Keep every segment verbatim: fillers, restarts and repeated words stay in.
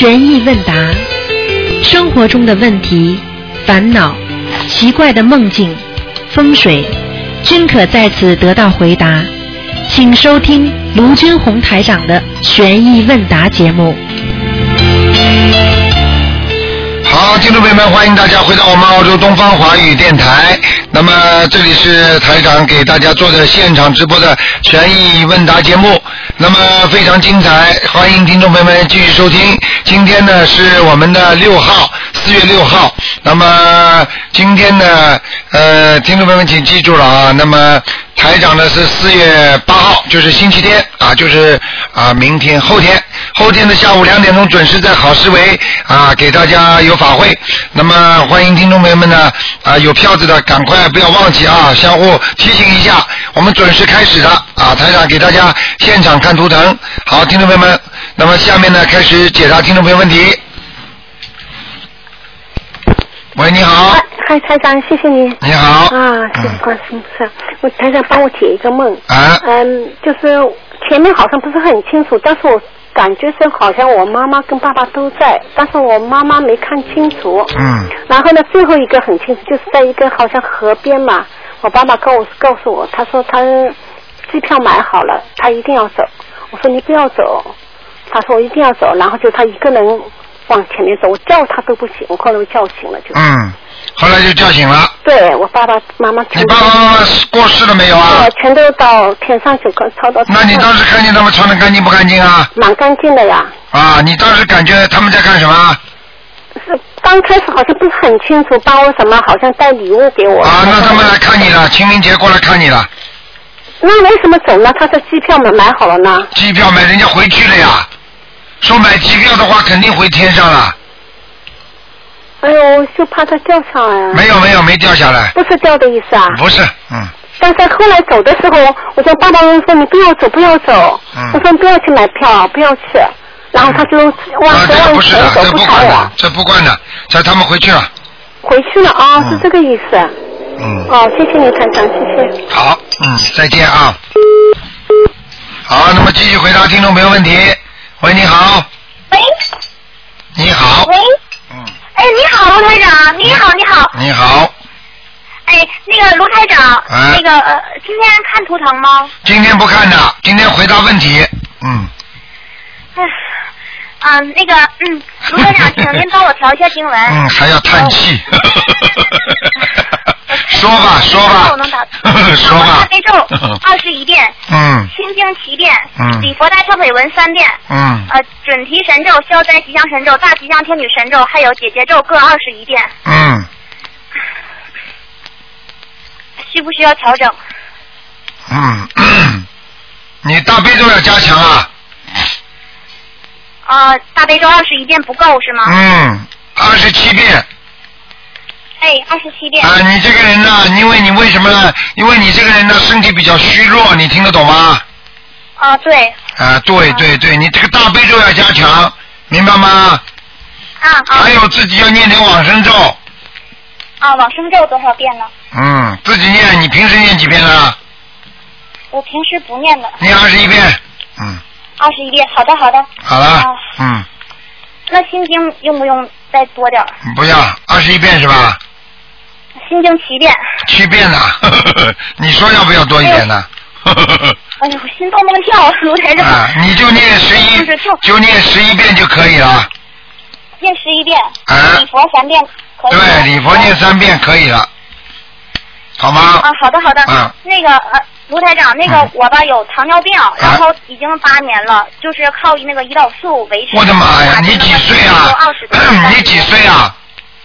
悬疑问答，生活中的问题、烦恼、奇怪的梦境、风水，均可在此得到回答。请收听卢军红台长的悬疑问答节目。 好，听众朋友们，欢迎大家回到我们澳洲东方华语电台。那么这里是台长给大家做的现场直播的悬疑问答节目，那么非常精彩，欢迎听众朋友们继续收听。今天呢是我们的六号，四月六号。那么今天呢，呃，听众朋友们请记住了啊，那么台长呢是四月八号，就是星期天啊，就是啊明天后天。后天的下午两点钟准时在好思维啊给大家有法会，那么欢迎听众朋友们呢啊有票子的赶快不要忘记啊，相互提醒一下，我们准时开始的啊，台长给大家现场看图腾。好，听众朋友们，那么下面呢开始解答听众朋友问题。喂，你好。 嗨，台长，谢谢你。 你好。 啊，谢谢观世音菩萨。我台长帮我解一个梦。 啊。 嗯，就是前面好像不是很清楚，但是我感觉是好像我妈妈跟爸爸都在，但是我妈妈没看清楚。 嗯。 然后呢，最后一个很清楚，就是在一个好像河边嘛，我爸爸告诉告诉我，他说他机票买好了，他一定要走。我说你不要走，他说我一定要走，然后就他一个人往前面走，我叫他都不醒，我后来叫醒了就。 嗯。后来就叫醒了。 对，我爸爸妈妈全。 你爸爸妈妈过世了没有啊？ 全都到天上去，超到。 那你当时看见他们穿的干净不干净啊？ 蛮干净的呀。 啊，你当时感觉他们在干什么？ 是刚开始好像不是很清楚，帮我什么好像带礼物给我。 啊，那他们来看你了，清明节过来看你了。 那为什么走呢？他的机票买买好了呢？ 机票买人家回去了呀。说买机票的话，肯定回天上了。 哎呦，就怕他掉下来啊！ 没有没有，没掉下来。 不是掉的意思啊？ 不是，嗯。 但是后来走的时候，我叫爸爸说你不要走，不要走。嗯。我说不要去买票，不要去。然后他就往前往前走，不睬我。 这不关的，这他们回去了。 回去了啊、哦嗯，是这个意思。 嗯。 哦，谢谢你，台长，谢谢。 好，嗯，再见啊。好，那么继续回答听众朋友问题。喂，你好。 喂。 你好。 喂。 嗯。 哎，你好，卢台长，你好，你好。 你好。 哎，那个卢台长， 哎、 那个呃，今天看图腾吗？ 今天不看的，今天回答问题。嗯。 哎，啊，那个，嗯，卢台长，请您帮我调一下经文。 嗯，还要叹气。说吧，说吧。 我能打。 说吧。 大悲咒二十一遍。 嗯。 心经七遍。 嗯。 礼佛大忏悔文三遍。 嗯。 呃，准提神咒、消灾吉祥神咒、大吉祥天女神咒，还有解结咒各二十一遍。 嗯。 需不需要调整？ 嗯，你大悲咒要加强啊。 呃，大悲咒二十一遍不够是吗？ 嗯，二十七遍。 哎，二十七遍。 啊，你这个人呢？因为你为什么呢？因为你这个人呢，身体比较虚弱，你听得懂吗？ 啊，对。 啊，对对对，你这个大悲咒要加强，明白吗？ 啊啊。 还有自己要念点往生咒。 啊，往生咒多少遍了？ 嗯，自己念，你平时念几遍了？ 我平时不念的。 念二十一遍。嗯。 二十一遍，好的好的。 好了。啊、嗯。 那心经用不用再多点？ 不要，二十一遍是吧？ 心经七遍。 七遍呢？你说要不要多一点呢？ 哎呦，我心动梦跳，卢台长。 啊，你就念十一，就念十一遍就可以了。 念十一遍。 啊。 礼佛三遍可以。 对，礼佛念三遍可以了，好吗？ 啊，好的好的。 嗯。 那个呃，卢台长，那个、嗯、我吧有糖尿病，然后已经八年了，就是靠那个胰岛素维持。 我的妈呀！你几岁啊？你几岁啊？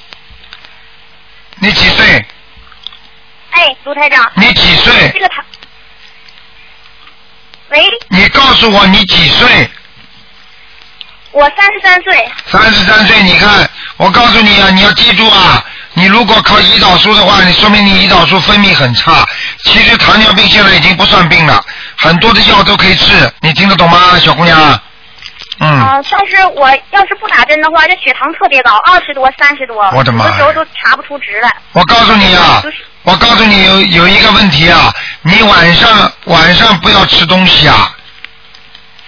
你几岁？ 哎，卢台长。 你几岁？ 这个糖。喂。 你告诉我你几岁？ 我三十三岁。 三十三岁，你看，我告诉你啊，你要记住啊，你如果靠胰岛素的话，你说明你胰岛素分泌很差。其实糖尿病现在已经不算病了，很多的药都可以治，你听得懂吗，小姑娘？嗯。 啊、呃，但是我要是不打针的话，这血糖特别高，二十多、三十多， 我的妈！ 有的时候都查不出值来。 我告诉你啊，就是、我告诉你有有一个问题啊，你晚上晚上不要吃东西啊。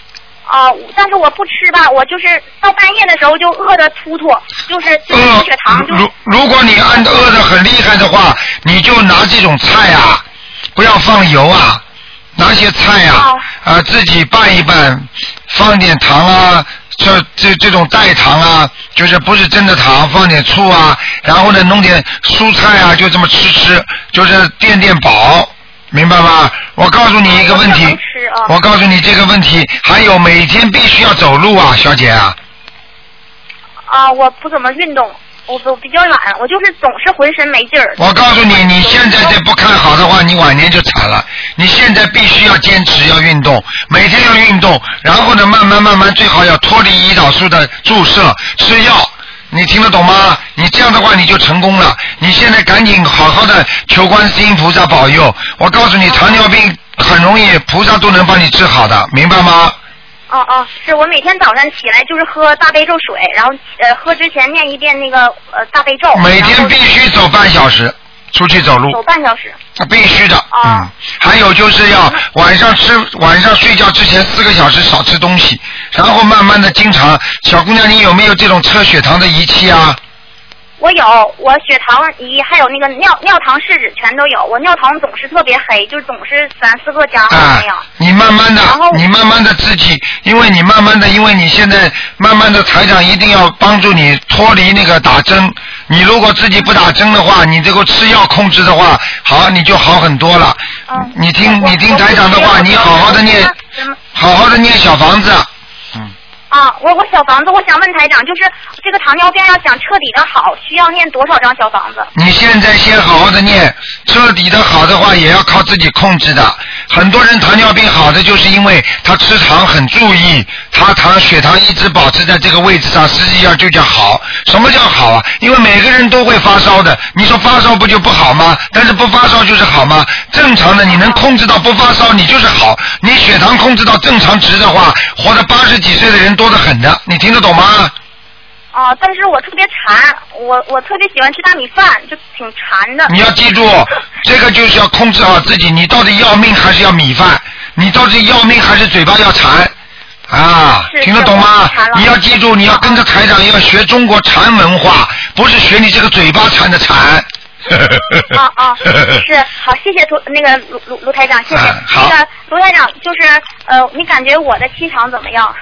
啊、呃，但是我不吃吧，我就是到半夜的时候就饿得突突，就是就是血糖就。 如如果你按饿得很厉害的话，你就拿这种菜啊，不要放油啊，拿些菜啊，啊、呃、自己拌一拌，放点糖啊。这这这种代糖啊，就是不是真的糖，放点醋啊，然后呢弄点蔬菜啊，就这么吃吃，就是垫垫饱，明白吗？我告诉你一个问题，我, 我告诉你这个问题，还有每天必须要走路啊，小姐啊。 啊，我不怎么运动。我我比较懒，我就是总是浑身没劲儿。 我告诉你，你现在再不看好的话，你晚年就惨了。你现在必须要坚持要运动，每天要运动，然后呢，慢慢慢慢，最好要脱离胰岛素的注射，吃药。你听得懂吗？你这样的话你就成功了。你现在赶紧好好的求观世音菩萨保佑。我告诉你，糖尿病很容易，菩萨都能帮你治好的，明白吗？ 哦哦，是我每天早上起来就是喝大悲咒水，然后呃喝之前念一遍那个呃大悲咒。 每天必须走半小时出去走路。 走半小时。 必须的。 哦、 嗯。还有就是要晚上吃晚上睡觉之前四个小时少吃东西，然后慢慢的经常。小姑娘，你有没有这种测血糖的仪器啊？ 我有，我血糖仪还有那个尿尿糖试纸全都有。我尿糖总是特别黑，就总是三四个加号那样。 啊，你慢慢的，你慢慢的自己，因为你慢慢的，因为你现在慢慢的，台长一定要帮助你脱离那个打针。你如果自己不打针的话，你这个吃药控制的话，好，你就好很多了。嗯。你听，你听台长的话，你好好的念，好好的念小房子。嗯。 啊，我我小房子，我想问台长，就是这个糖尿病要想彻底的好，需要念多少张小房子？ 你现在先好好的念，彻底的好的话，也要靠自己控制的。很多人糖尿病好的就是因为他吃糖很注意，他糖血糖一直保持在这个位置上，实际上就叫好。什么叫好啊？因为每个人都会发烧的，你说发烧不就不好吗？但是不发烧就是好吗？正常的你能控制到不发烧，你就是好。你血糖控制到正常值的话，活到八十几岁的人多得很的，你听得懂吗？ 啊，但是我特别馋，我我特别喜欢吃大米饭，就挺馋的。 你要记住，这个就是要控制好自己，你到底要命还是要米饭？你到底要命还是嘴巴要馋？啊，听得懂吗？你要记住，你要跟着台长要学中国禅文化，不是学你这个嘴巴馋的馋。 啊啊，是好，谢谢涂那个卢卢卢台长，谢谢。啊、那个卢台长，就是呃，你感觉我的气场怎么样？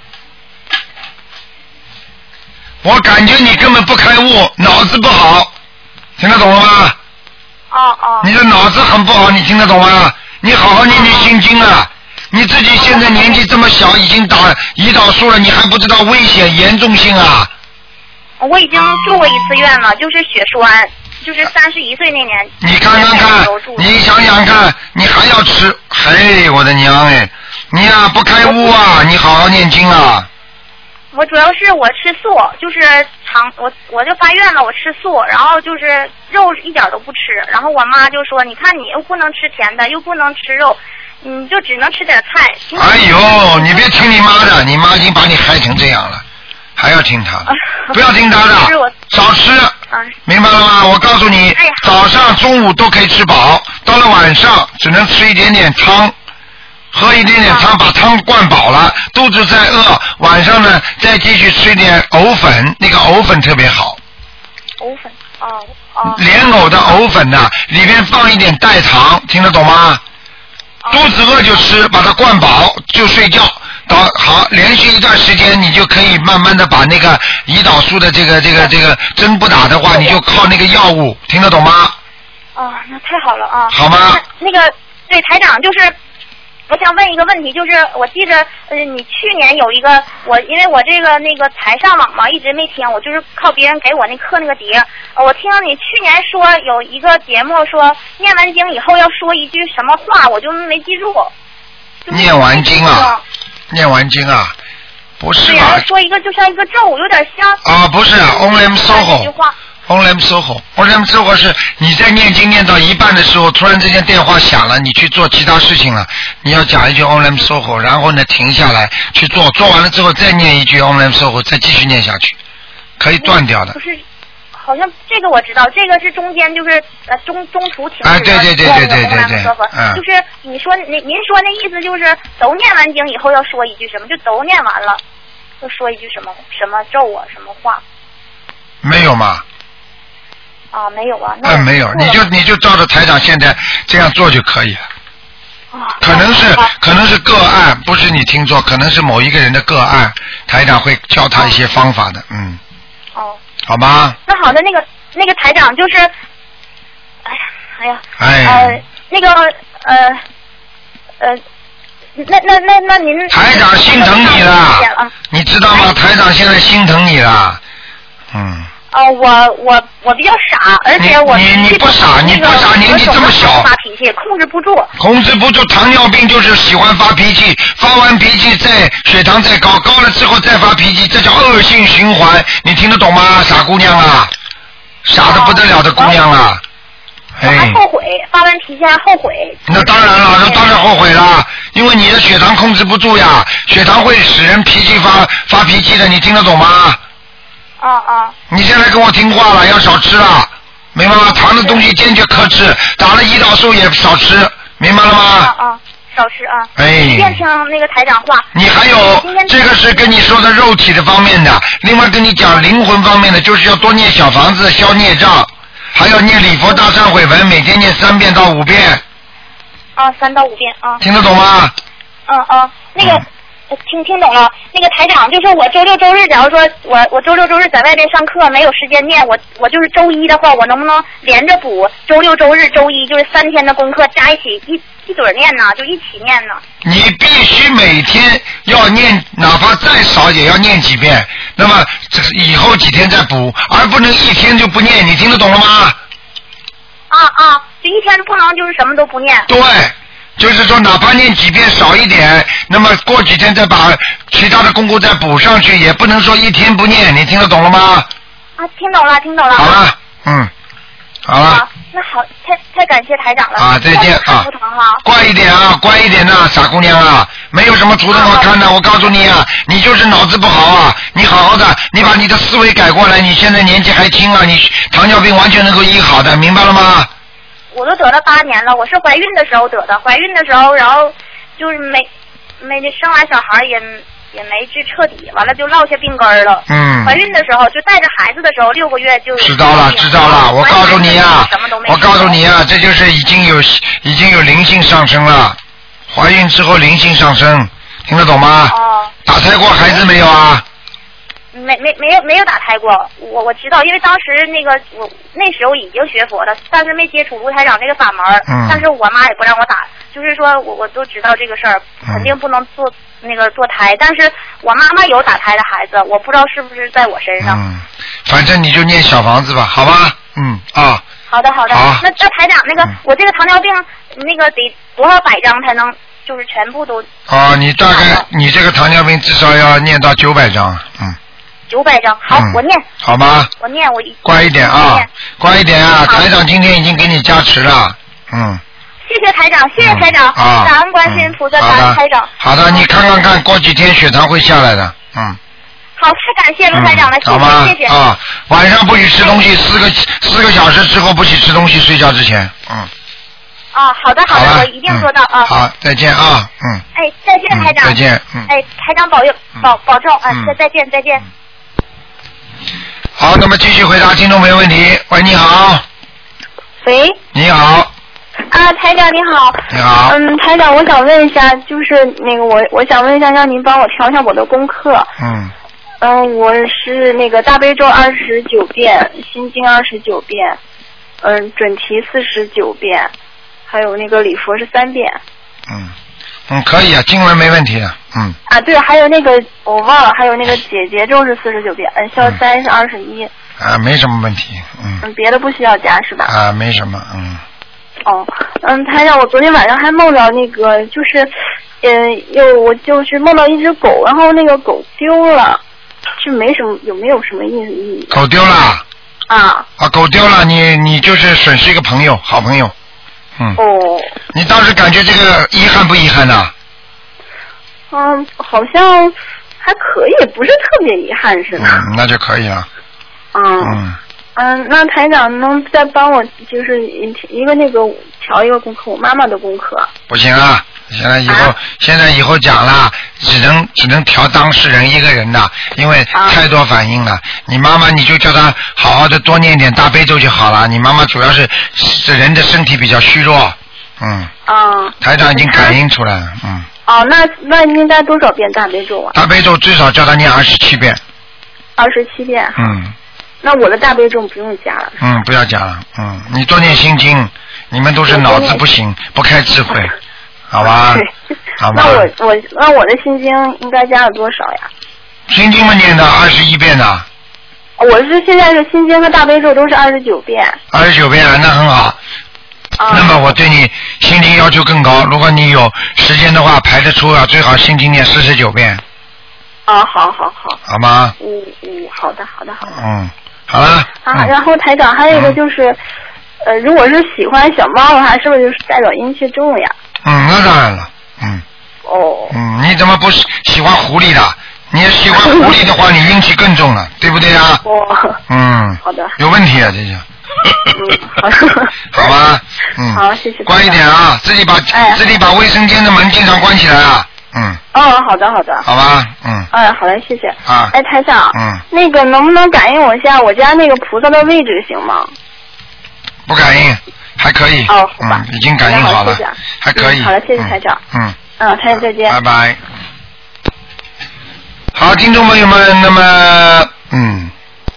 我感觉你根本不开悟，脑子不好，听得懂了吗？ 哦哦。 你的脑子很不好，你听得懂吗？你好好念念心经啊！你自己现在年纪这么小，已经打胰岛素了，你还不知道危险严重性啊？ 我已经住过一次院了，就是血栓，就是三十一岁那年。 你看看看，你想想看，你还要吃？嘿，我的娘哎！你呀、啊、不开悟啊！你好好念经啊！ 我主要是我吃素，就是肠我我就发愿了，我吃素，然后就是肉一点都不吃。然后我妈就说：“你看你又不能吃甜的，又不能吃肉，你就只能吃点菜。” 哎呦，你别听你妈的，你妈已经把你害成这样了，还要听她？不要听她的，少吃，明白了吗？我告诉你，早上、中午都可以吃饱，到了晚上只能吃一点点汤。喝一点点汤，把汤灌饱了，肚子再饿，晚上呢再继续吃一点藕粉，那个藕粉特别好。 藕粉，哦哦。 莲藕的藕粉呐、啊，里面放一点代糖，听得懂吗？哦、肚子饿就吃，把它灌饱就睡觉。到好，连续一段时间，你就可以慢慢的把那个胰岛素的这个这个这个针不打的话，你就靠那个药物，听得懂吗？ 哦，那太好了啊。 好吗？ 那个对台长就是。我想问一个问题，就是我记着，呃，你去年有一个我，因为我这个那个才上网嘛，一直没听，我就是靠别人给我那刻那个碟。呃，我听你去年说有一个节目说念完经以后要说一句什么话，我就没记住。 念完经啊？念完经啊？不是吧？ 对呀，说一个就像一个咒，有点像。 啊，不是啊 ，Om Lam Soho。这句话。Om Lam Soho，Om Lam Soho是你在念经念到一半的时候，突然之间电话响了，你去做其他事情了，你要讲一句 Om Lam Soho， 然后呢停下来去做，做完了之后再念一句 Om Lam Soho， 再继续念下去，可以断掉的。 不是， 好像这个我知道，这个是中间就是呃中中途停止啊，对对对对对对对， 嗯，就是你说您您说那意思就是都念完经以后要说一句什么，就都念完了，就说一句什么什么咒啊什么话。 没有嘛？ 啊，没有啊。 嗯，没有，你就你就照着台长现在这样做就可以了。可能是可能是个案，不是你听错，可能是某一个人的个案，台长会教他一些方法的，嗯。 哦。 好吧。 那好的，那个那个台长就是，哎呀，哎呀， 哎呃，那个呃呃，那那那那您台长心疼你了，你知道吗？台长现在心疼你了，嗯。 哦、呃，我我我比较傻，而且我你你不傻，你不傻，年纪这么小， 发脾气控制不住。 控制不住，糖尿病就是喜欢发脾气，发完脾气再血糖再高，高了之后再发脾气，这叫恶性循环。你听得懂吗，傻姑娘啊，傻得不得了的姑娘啊！ 我还后悔，发完脾气还后悔。 那当然了，那当然后悔了，因为你的血糖控制不住呀，血糖会使人脾气发发脾气的，你听得懂吗？ 啊啊！ 你现在跟我听话了，要少吃了，明白吗？糖的东西坚决克制，打了胰岛素也少吃，明白了吗？ 啊啊，少吃啊！ 哎， 一定听那个台长话。 你还有这个是跟你说的肉体的方面的，另外跟你讲灵魂方面的，就是要多念小房子消孽障，还要念礼佛大忏悔文，每天念三遍到五遍。 啊，三到五遍啊。 听得懂吗？ 嗯嗯，那个。嗯听听懂了，那个台长就是我周六周日，假如说我我周六周日在外边上课没有时间念，我我就是周一的话，我能不能连着补周六周日周一就是三天的功课加一起一一嘴念呢？就一起念呢？ 你必须每天要念，哪怕再少也要念几遍。那么以后几天再补，而不能一天就不念。你听得懂了吗？ 啊啊，就一天不能就是什么都不念。 对。就是说，哪怕念几遍少一点，那么过几天再把其他的功课再补上去，也不能说一天不念。你听得懂了吗？ 啊，听懂了，听懂了。 好了，嗯，好了。 好，那好，太太感谢台长了。 啊，再见啊！ 不疼哈。 乖一点啊，乖一点呐，傻姑娘啊，没有什么图腾好看的。我告诉你啊，你就是脑子不好啊，你好好的，你把你的思维改过来，你现在年纪还轻啊，你糖尿病完全能够医好的，明白了吗？ 我都得了八年了，我是怀孕的时候得的，怀孕的时候，然后就是没没生完小孩也也没治彻底，完了就落下病根了。嗯。怀孕的时候就带着孩子的时候，六个月就。知道了，知道了，我告诉你啊， 我告诉你啊，这就是已经有已经有灵性上升了，怀孕之后灵性上升，听得懂吗？哦。打胎过孩子没有啊？ 没没没有没有打胎过，我我知道，因为当时那个我那时候已经学佛了，但是没接触卢台长这个法门。嗯。但是我妈也不让我打，就是说我我都知道这个事儿，肯定不能做、嗯、那个堕胎。但是我妈妈有打胎的孩子，我不知道是不是在我身上。 嗯。反正你就念小房子吧，好吧？嗯啊。 好的好的。 好。 那那台长，那个、嗯、我这个糖尿病，那个得多少百张才能就是全部都？ 哦，你大概你这个糖尿病至少要念到九百张，嗯。 九百张，好、嗯，我念。 好吗？ 我念，我一。 乖一点啊，乖一点啊！台长今天已经给你加持了，嗯。 谢谢台长，谢谢台长， 嗯、啊， 感恩观世音菩萨，感恩台长。 好的，你看看看，过几天血糖会下来的，嗯。 好，太感谢卢台长了， 嗯、 谢谢谢谢。 啊，晚上不许吃东西，四个四个小时之后不许吃东西，睡觉之前，嗯。 啊，好的好的，好我一定做到、 嗯、 啊。 好，再见啊，嗯。 哎，再见台长。 嗯、再见，嗯。 哎，台长保佑，保保重啊，再、嗯、再见再见。 好，那么继续回答听众朋友问题。喂，你好。 喂。 你好。 啊，台长你好。 你好。 嗯，台长，我想问一下，就是那个我我想问一下，让您帮我调一下我的功课。 嗯。 嗯，我是那个大悲咒二十九遍，心经二十九遍，嗯，准提四十九遍，还有那个礼佛是三遍。 嗯。嗯，可以啊，经文没问题的，嗯。 啊，对，还有那个我忘了，还有那个姐姐咒是四十九遍，嗯，消灾是二十一。 啊，没什么问题，嗯。 嗯，别的不需要加是吧？ 啊，没什么，嗯。 哦，嗯，台长，我昨天晚上还梦到那个，就是，嗯，又我就是梦到一只狗，然后那个狗丢了，是没什么，有没有什么意义？ 狗丢了。 啊。 啊，狗丢了，你你就是损失一个朋友，好朋友。嗯。 哦。 你当时感觉这个遗憾不遗憾呢？ 嗯，好像还可以，不是特别遗憾似的。 嗯，那就可以了。 嗯。 嗯。 嗯，那台长能再帮我就是一个那个调一个功课，我妈妈的功课。 不行啊，现在以后、啊、现在以后讲了，只能只能调当事人一个人的，因为太多反应了。啊、你妈妈你就叫她好好的多念点大悲咒就好了。你妈妈主要是这人的身体比较虚弱，嗯。啊。台长已经感应出来了，嗯。 哦，那那应该多少遍大悲咒啊？ 大悲咒至少叫她念二十七遍。 二十七遍。 嗯。 那我的大悲咒不用加了。 嗯，不要加了。嗯，你多念心经，你们都是脑子不行，不开智慧，好吧？好吧。 那我我那我的心经应该加了多少呀？ 心经嘛念的二十一遍呢。 我是现在是心经和大悲咒都是二十九遍。 二十九遍啊，那很好。啊。那么我对你心经要求更高，如果你有时间的话，排得出啊，最好心经念四十九遍。 啊，好好好。 好吗？ 嗯嗯，好的好的好的。 嗯。好了。 啊，然后台长还有一个就是，嗯、呃，如果是喜欢小猫的话，是不是就是代表阴气重呀？ 嗯，那当然了，嗯。 哦。 嗯，你怎么不喜欢狐狸的？你喜欢狐狸的话，你阴气更重了，对不对啊？ 哦。 嗯。 好的。 有问题啊，这就。 嗯，好的。 好吧，嗯。 好，谢谢。 关一点啊，自己把、哎、自己把卫生间的门经常关起来啊。嗯。 哦，好的好的。 好吧，嗯。 哎，好嘞，谢谢。 啊。 哎，台长。 嗯。 那个能不能感应我一下我家那个菩萨的位置行吗？ 不感应，还可以。 哦，好吧。 嗯，已经感应好了。 谢谢。 还可以。 嗯、好了，谢谢台长。 嗯。 嗯，台长再见。 拜拜。好，听众朋友们，那么，嗯。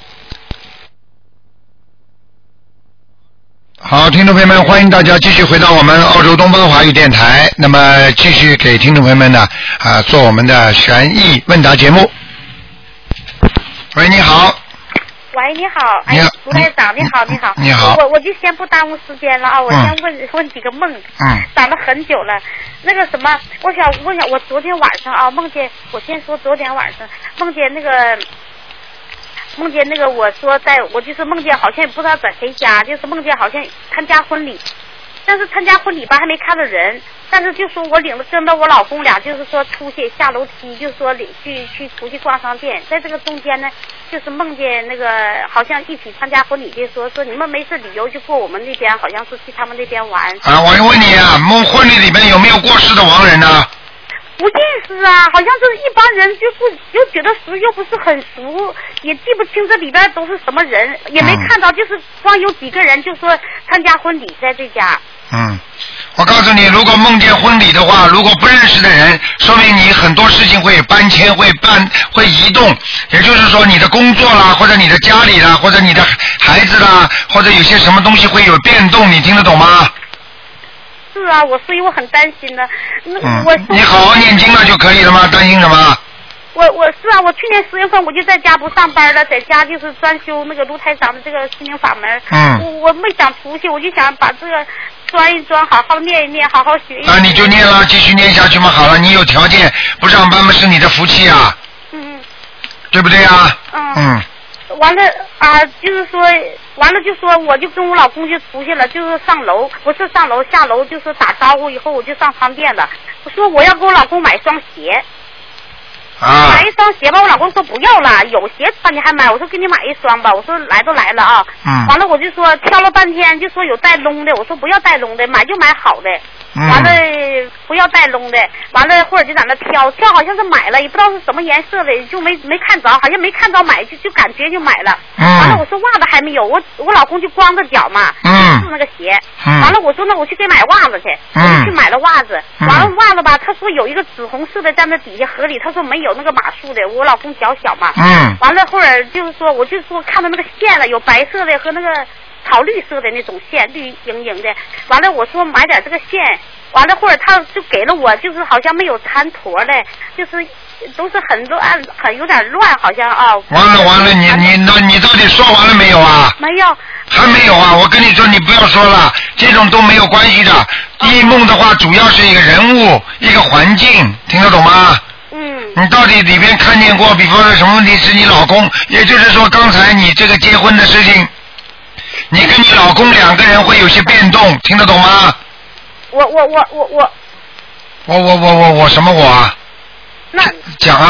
好，听众朋友们，欢迎大家继续回到我们澳洲东方华语电台。那么，继续给听众朋友们呢啊、呃、做我们的悬疑问答节目。喂，你好。 喂，你好，哎，卢台长，你好，你好， 你好， 我我就先不耽误时间了啊，我先问、嗯、问几个梦， 嗯， 想了很久了。那个什么，我想问下，我昨天晚上啊，梦见，我先说昨天晚上梦见那个。梦见那个，我说在，我就是梦见，好像也不知道在谁家，就是梦见好像参加婚礼，但是参加婚礼吧还没看到人，但是就说我领着跟着我老公俩，就是说出去下楼梯，就说领去去出去逛商店，在这个中间呢，就是梦见那个好像一起参加婚礼的说说你们没事旅游就过我们那边，好像是去他们那边玩。 啊，我问你啊，梦婚礼里面有没有过世的亡人呢？ 不认识啊，好像是一帮人，就不又觉得熟又不是很熟，也记不清这里边都是什么人，也没看到，嗯、就是光有几个人就说参加婚礼在这家。 嗯，我告诉你，如果梦见婚礼的话，如果不认识的人，说明你很多事情会搬迁、会搬、会移动，也就是说你的工作啦，或者你的家里啦，或者你的孩子啦，或者有些什么东西会有变动，你听得懂吗？ 是啊，我所以我很担心呢。那嗯、 我你好好念经了就可以了吗？担心什么？ 我我是啊，我去年十月份我就在家不上班了，在家就是专修那个卢台长的这个心灵法门。 嗯。 我我没想出去，我就想把这个钻一钻，好好念一念，好好学一学。 那你就念了，继续念下去嘛。好了，你有条件不上班嘛，是你的福气啊。 嗯。 对不对啊？ 嗯。 嗯。 完了啊，就是说，完了就说，我就跟我老公就出去了，就是上楼，不是上楼下楼，就是打招呼以后我就上商店了。我说我要给我老公买双鞋。 啊。 买一双鞋吧，我老公说不要了，有鞋穿你还买？我说给你买一双吧，我说来都来了啊。 嗯。 完了我就说挑了半天，就说有带窿的，我说不要带窿的，买就买好的。 嗯。 完了不要带窿的，完了或者就在那挑，挑好像是买了，也不知道是什么颜色的，就没没看着，好像没看着买，就就感觉就买了。 嗯。 完了我说袜子还没有，我我老公就光着脚嘛， 嗯， 试那个鞋。 嗯。 完了我说那我去给买袜子去， 嗯， 我就去买了袜子。 嗯。 完了袜子吧，他说有一个紫红色的在那底下盒里，他说没有那个码数的，我老公脚小嘛。 嗯。 完了后儿就是说，我就说看到那个线了，有白色的和那个草绿色的那种线，绿莹莹的。完了我说买点这个线。完了，或者他就给了我，就是好像没有缠坨的，就是都是很乱，很有点乱，好像啊。 完了完了，你你那你到底说完了没有啊？ 没有。 还没有啊！我跟你说，你不要说了，这种都没有关系的。异梦的话，主要是一个人物、一个环境，听得懂吗？ 嗯。 你到底里边看见过，比方说什么问题是你老公，也就是说刚才你这个结婚的事情，你跟你老公两个人会有些变动，听得懂吗？ 我我我我我， 我我我我我什么我啊？ 那讲啊！ 就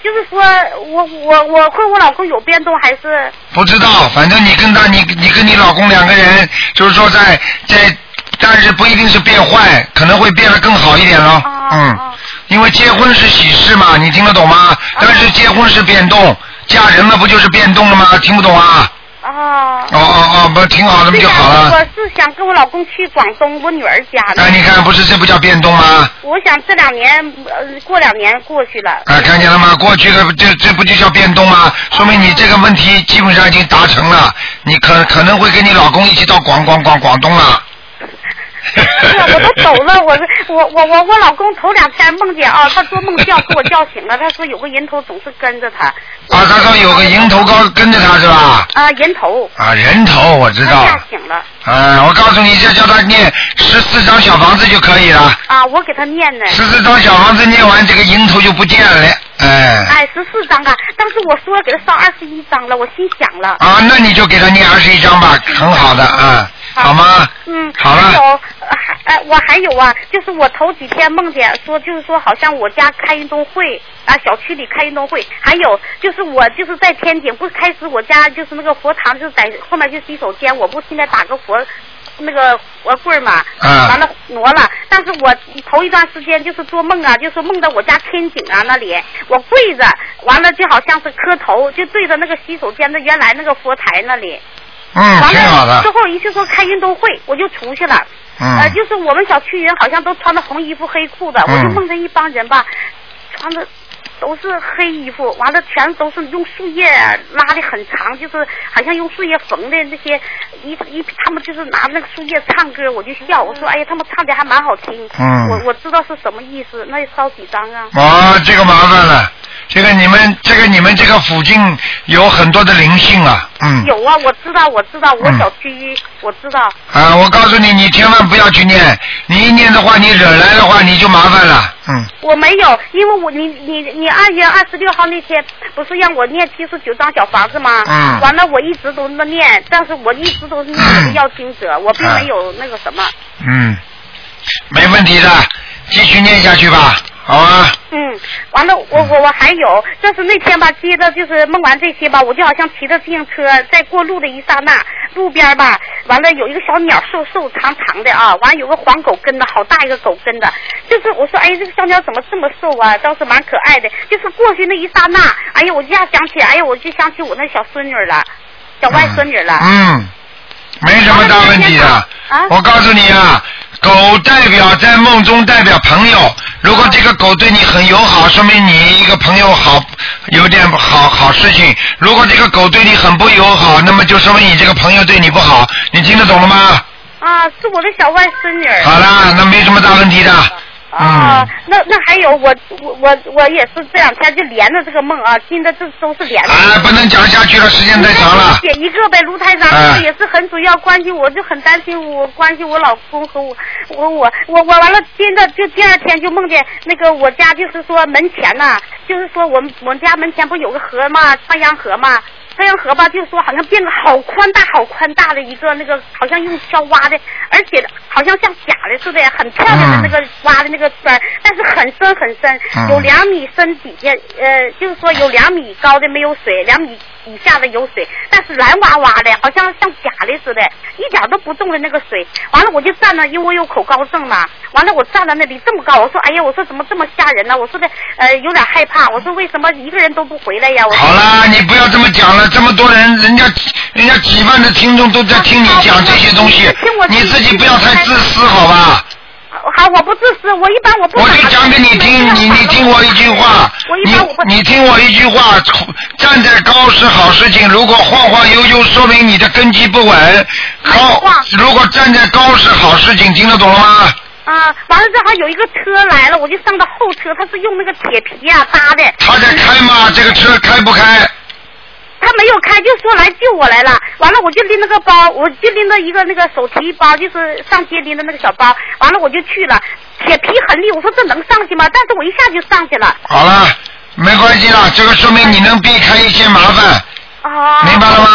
就是说我我我和我老公有变动还是？ 不知道，反正你跟他你你跟你老公两个人，就是说在在，但是不一定是变坏，可能会变得更好一点咯。 哦、 嗯、 哦， 因为结婚是喜事嘛，你听得懂吗？但是结婚是变动，嫁人嘛不就是变动了吗？听不懂啊？ 哦哦哦哦，不挺好的不就好了？ 我是想跟我老公去广东我女儿家的。 哎，你看不是这不叫变动吗？ 我想这两年呃过两年过去了。 啊，看见了吗？过去了，这这不就叫变动吗？说明你这个问题基本上已经达成了，你可可能会跟你老公一起到广广广广东了。 是啊，我都走了，我我我我我老公头两天梦见啊，他做梦叫给我叫醒了，他说有个人头总是跟着他。 啊，他说有个人头高跟着他是吧？ 啊，人头。 啊，人头我知道。 他吓醒了。 啊，我告诉你，就叫他念十四张小房子就可以了。 啊，我给他念呢。 十四张小房子念完，这个人头就不见了，哎。 哎，十四张啊！但是我说给他烧二十一张了，我心想了。 啊，那你就给他念二十一张吧，很好的啊。好吗？ 嗯， 好了。 还有，还哎，我还有啊，就是我头几天梦见说，就是说好像我家开运动会啊，小区里开运动会，还有就是我就是在天井，不是开始我家就是那个佛堂就是在后面就洗手间，我不现在打个佛那个佛棍嘛， 嗯， 完了挪了，但是我头一段时间就是做梦啊，就是梦到我家天井啊那里，我跪着，完了就好像是磕头，就对着那个洗手间的原来那个佛台那里。 嗯，挺好的。 之后一就说开运动会，我就出去了。 嗯。 呃，就是我们小区人好像都穿的红衣服黑裤的， 嗯、 我就梦见一帮人吧，穿的都是黑衣服，完了全都是用树叶拉的很长，就是好像用树叶缝的那些一一他们就是拿那个树叶唱歌，我就笑，我说哎呀，他们唱的还蛮好听。 嗯。我我知道是什么意思，那烧几张啊？ 啊，这个麻烦了。这个你们这个你们这个附近有很多的灵性啊，嗯。 有啊，我知道，我知道，我小区、嗯、我知道。 啊，我告诉你，你千万不要去念，你一念的话，你惹来的话，你就麻烦了，嗯。 我没有，因为我你你你二月二十六号那天不是让我念七十九张小房子吗？ 嗯。 完了，我一直都那念，但是我一直都是念这个要经者，嗯、我并没有那个什么。 嗯，没问题的，继续念下去吧。好啊。 嗯，完了，我我我还有，就是那天吧，接着就是梦完这些吧，我就好像骑着自行车在过路的一刹那，路边吧，完了有一个小鸟瘦瘦长长的啊，完了有个黄狗跟的，好大一个狗跟的，就是我说哎，这个小鸟怎么这么瘦啊？倒是蛮可爱的。就是过去那一刹那，哎呀，我就想起，哎呀，我就想起我那小孙女了，小外孙女了。 嗯，嗯没什么大问题的。啊、我告诉你啊。狗代表在梦中代表朋友，如果这个狗对你很友好，说明你一个朋友好有点好好事情；如果这个狗对你很不友好，那么就说明你这个朋友对你不好。你听得懂了吗？ 啊，是我的小外孙女。 好啦，那没什么大问题的。 啊，嗯、那那还有我我我我也是这两天就连着这个梦啊，今的这都是连着。 啊，不能讲下去了，时间太长了。 写一个呗，卢台长，这个也是很主要关心，我就很担心我关心我老公和我我我我我完了，接着就第二天就梦见那个我家就是说门前呐、啊，就是说我们我们家门前不有个河嘛，太阳河嘛。太阳河吧，就说好像变得好宽大、好宽大的一个那个，好像用锹挖的，而且好像像假的似的，很漂亮的那个挖的那个圈，但是很深很深，有两米深底下，呃，就是说有两米高的没有水，两米以下的有水，但是蓝哇哇的，好像像假的似的，一点都不动的那个水。完了我就站那，因为我有口高症嘛，完了我站在那里这么高，我说哎呀，我说怎么这么吓人呢？我说的呃有点害怕，我说为什么一个人都不回来呀？我说好啦，你不要这么讲了。这么多人，人家人家几万的听众都在听你讲这些东西，你自己不要太自私，好吧？ 好，我不自私，我一般我不。 我就讲给你听，你你听我一句话，你你听我一句话，站在高是好事情，如果晃晃悠悠，说明你的根基不稳。高，如果站在高是好事情，听得懂了吗？ 啊，完了正好有一个车来了，我就上到后车，他是用那个铁皮啊搭的。 他在开吗？这个车开不开？ 他没有开，就说来救我来了。完了，我就拎了个包，我就拎了一个那个手提包，就是上街拎的那个小包。完了，我就去了。铁皮很利，我说这能上去吗？但是我一下就上去了。 好了，没关系了，这个说明你能避开一些麻烦。 啊， 明白了吗？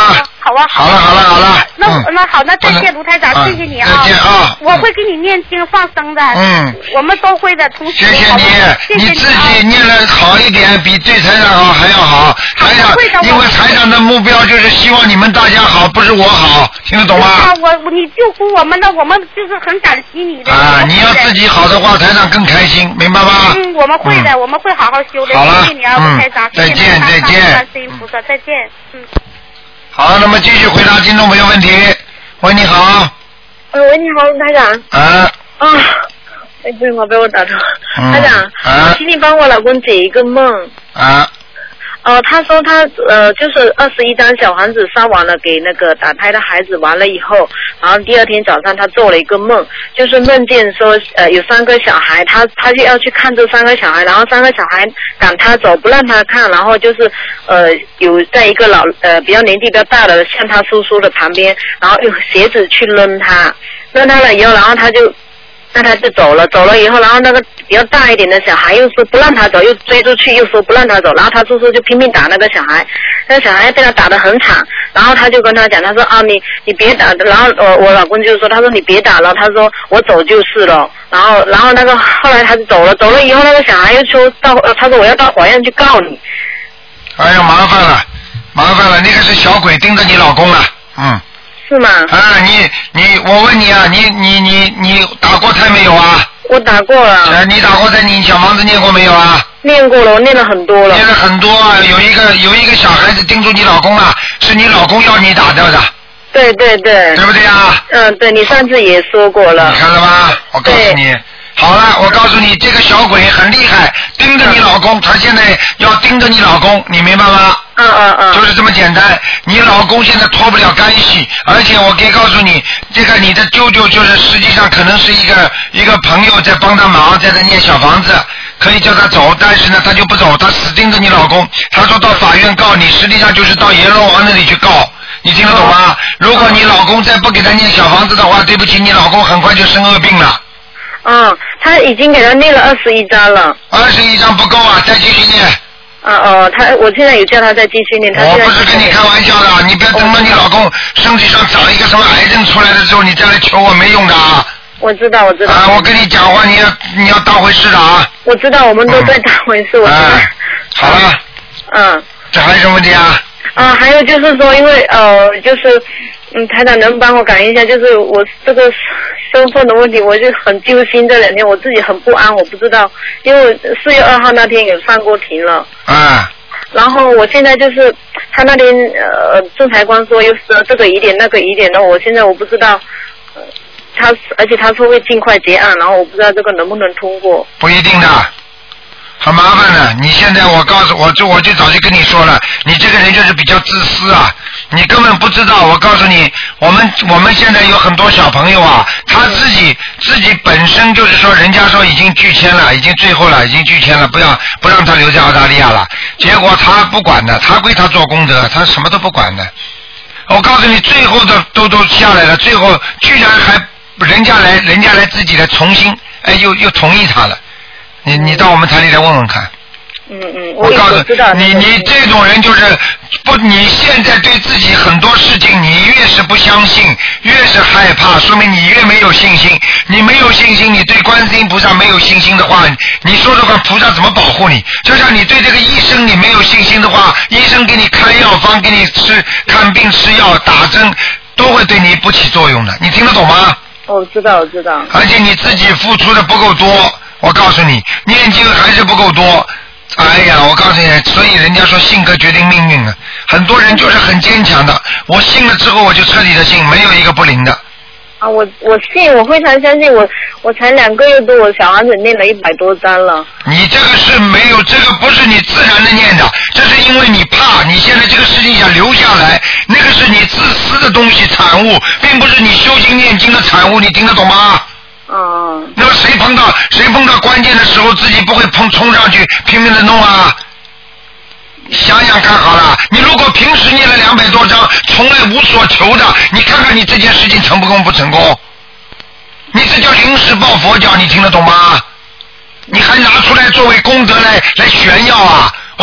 好啊。 好了好了好了。 那、 嗯、 那好，那再见卢台长， 啊、 谢谢你啊。 再见啊。 我会给你念经放生的。 嗯。 我们都会的，同时。 谢谢你， 谢谢你你自己念的好一点，比对台长好还要好。台长，因为台长的目标就是希望你们大家好，不是我好，听得懂吗？ 啊，我你救赎我们的，我们就是很感激你的。 啊，你要自己好的话，台长更开心，明白吗？ 嗯，我们会的，嗯、我们会好好修的。 好了， 谢谢你啊，卢台长， 再见再见。 观世音菩萨，再见。嗯。 好，那么继续回答听众朋友问题。喂，你好。 呃，喂，你好，卢台长。 啊。 啊。哎，不行，我被我打通。 嗯、 台长， 啊， 请你帮我老公解一个梦。 啊。 呃，他说他呃就是二十一张小房子烧完了给那个打胎的孩子，完了以后，然后第二天早上他做了一个梦，就是梦见说呃有三个小孩，他他就要去看这三个小孩，然后三个小孩赶他走，不让他看，然后就是呃有在一个老呃比较年纪比较大的像他叔叔的旁边，然后用鞋子去扔他，扔他了以后，然后他就。那他就走了，走了以后，然后那个比较大一点的小孩又说不让他走，又追出去，又说不让他走，然后他叔叔就拼命打那个小孩，那个小孩被他打得很惨，然后他就跟他讲，他说啊你你别打，然后我我老公就说，他说你别打了，他说我走就是了，然后然后那个后来他就走了，走了以后那个小孩又说到，他说我要到法院去告你。 哎呀，麻烦了，麻烦了，那个是小鬼盯着你老公了，嗯。 是吗？ 啊，你你，我问你啊，你你你你打过胎没有啊？ 我打过了。 呃，你打过胎，你小房子念过没有啊？ 念过了，我念了很多了。 念了很多啊，有一个有一个小孩子盯住你老公了，是你老公要你打掉的。 对对对。 对不对啊？ 嗯，对，你上次也说过了。 你看了吗？我告诉你。好了，我告诉你，这个小鬼很厉害，盯着你老公，他现在要盯着你老公，你明白吗？ 嗯嗯嗯。 就是这么简单。你老公现在脱不了干系，而且我可以告诉你，这个你的舅舅就是实际上可能是一个一个朋友在帮他忙，在这念小房子，可以叫他走，但是呢他就不走，他死盯着你老公。他说到法院告你，实际上就是到阎罗王那里去告。你听得懂吗？如果你老公再不给他念小房子的话，对不起，你老公很快就生恶病了。 嗯，他已经给他念了二十一章了。 二十一章不够啊，再继续念。 啊哦，他我现在有叫他再继续念。他我不是跟你开玩笑的，你不要等到你老公身体上长一个什么癌症出来的时候，你再来求我没用的啊。 我知道，我知道。 啊，我跟你讲话，你要你要当回事的啊。 我知道，我们都在当回事，我知道。 啊，好了。 嗯。 这还有什么问题啊？ 啊，还有就是说，因为呃，就是嗯，台长能帮我感应一下，就是我这个身份的问题，我就很揪心。这两天我自己很不安，我不知道，因为四月二号那天有上过庭了。 啊。 然后我现在就是他那边呃，仲裁官说又是这个疑点那个疑点的，我现在我不知道，呃、他而且他说会尽快结案，然后我不知道这个能不能通过。 不一定的。很麻烦的，你现在我告诉我就我就早就跟你说了，你这个人就是比较自私啊，你根本不知道。我告诉你，我们我们现在有很多小朋友啊，他自己自己本身就是说，人家说已经拒签了，已经最后了，已经拒签了，不要不让他留在澳大利亚了。结果他不管的，他归他做功德，他什么都不管的。我告诉你，最后的都都下来了，最后居然还人家来人家来自己来重新，哎，又又同意他了。你你到我们台里来问问看。 嗯嗯， 我告诉你，你这种人就是不，你现在对自己很多事情，你越是不相信，越是害怕，说明你越没有信心。你没有信心，你对观世音菩萨没有信心的话，你说说看，菩萨怎么保护你？就像你对这个医生你没有信心的话，医生给你开药方，给你吃看病吃药打针，都会对你不起作用的。你听得懂吗？ 我知道，我知道。 而且你自己付出的不够多。我告诉你，念经还是不够多。哎呀，我告诉你，所以人家说性格决定命运啊。很多人就是很坚强的，我信了之后我就彻底的信，没有一个不灵的。 啊，我我信，我非常相信，我我才两个月多，我小孩子念了一百多章了。 你这个是没有，这个不是你自然的念的，这是因为你怕，你现在这个事情想留下来，那个是你自私的东西产物，并不是你修行念经的产物，你听得懂吗？ 哦。 那么谁碰到谁碰到关键的时候，自己不会碰冲上去拼命的弄啊？想想看好了，你如果平时念了两百多章，从来无所求的，你看看你这件事情成不功不成功？你这叫临时抱佛脚，你听得懂吗？你还拿出来作为功德来来炫耀啊！我念了两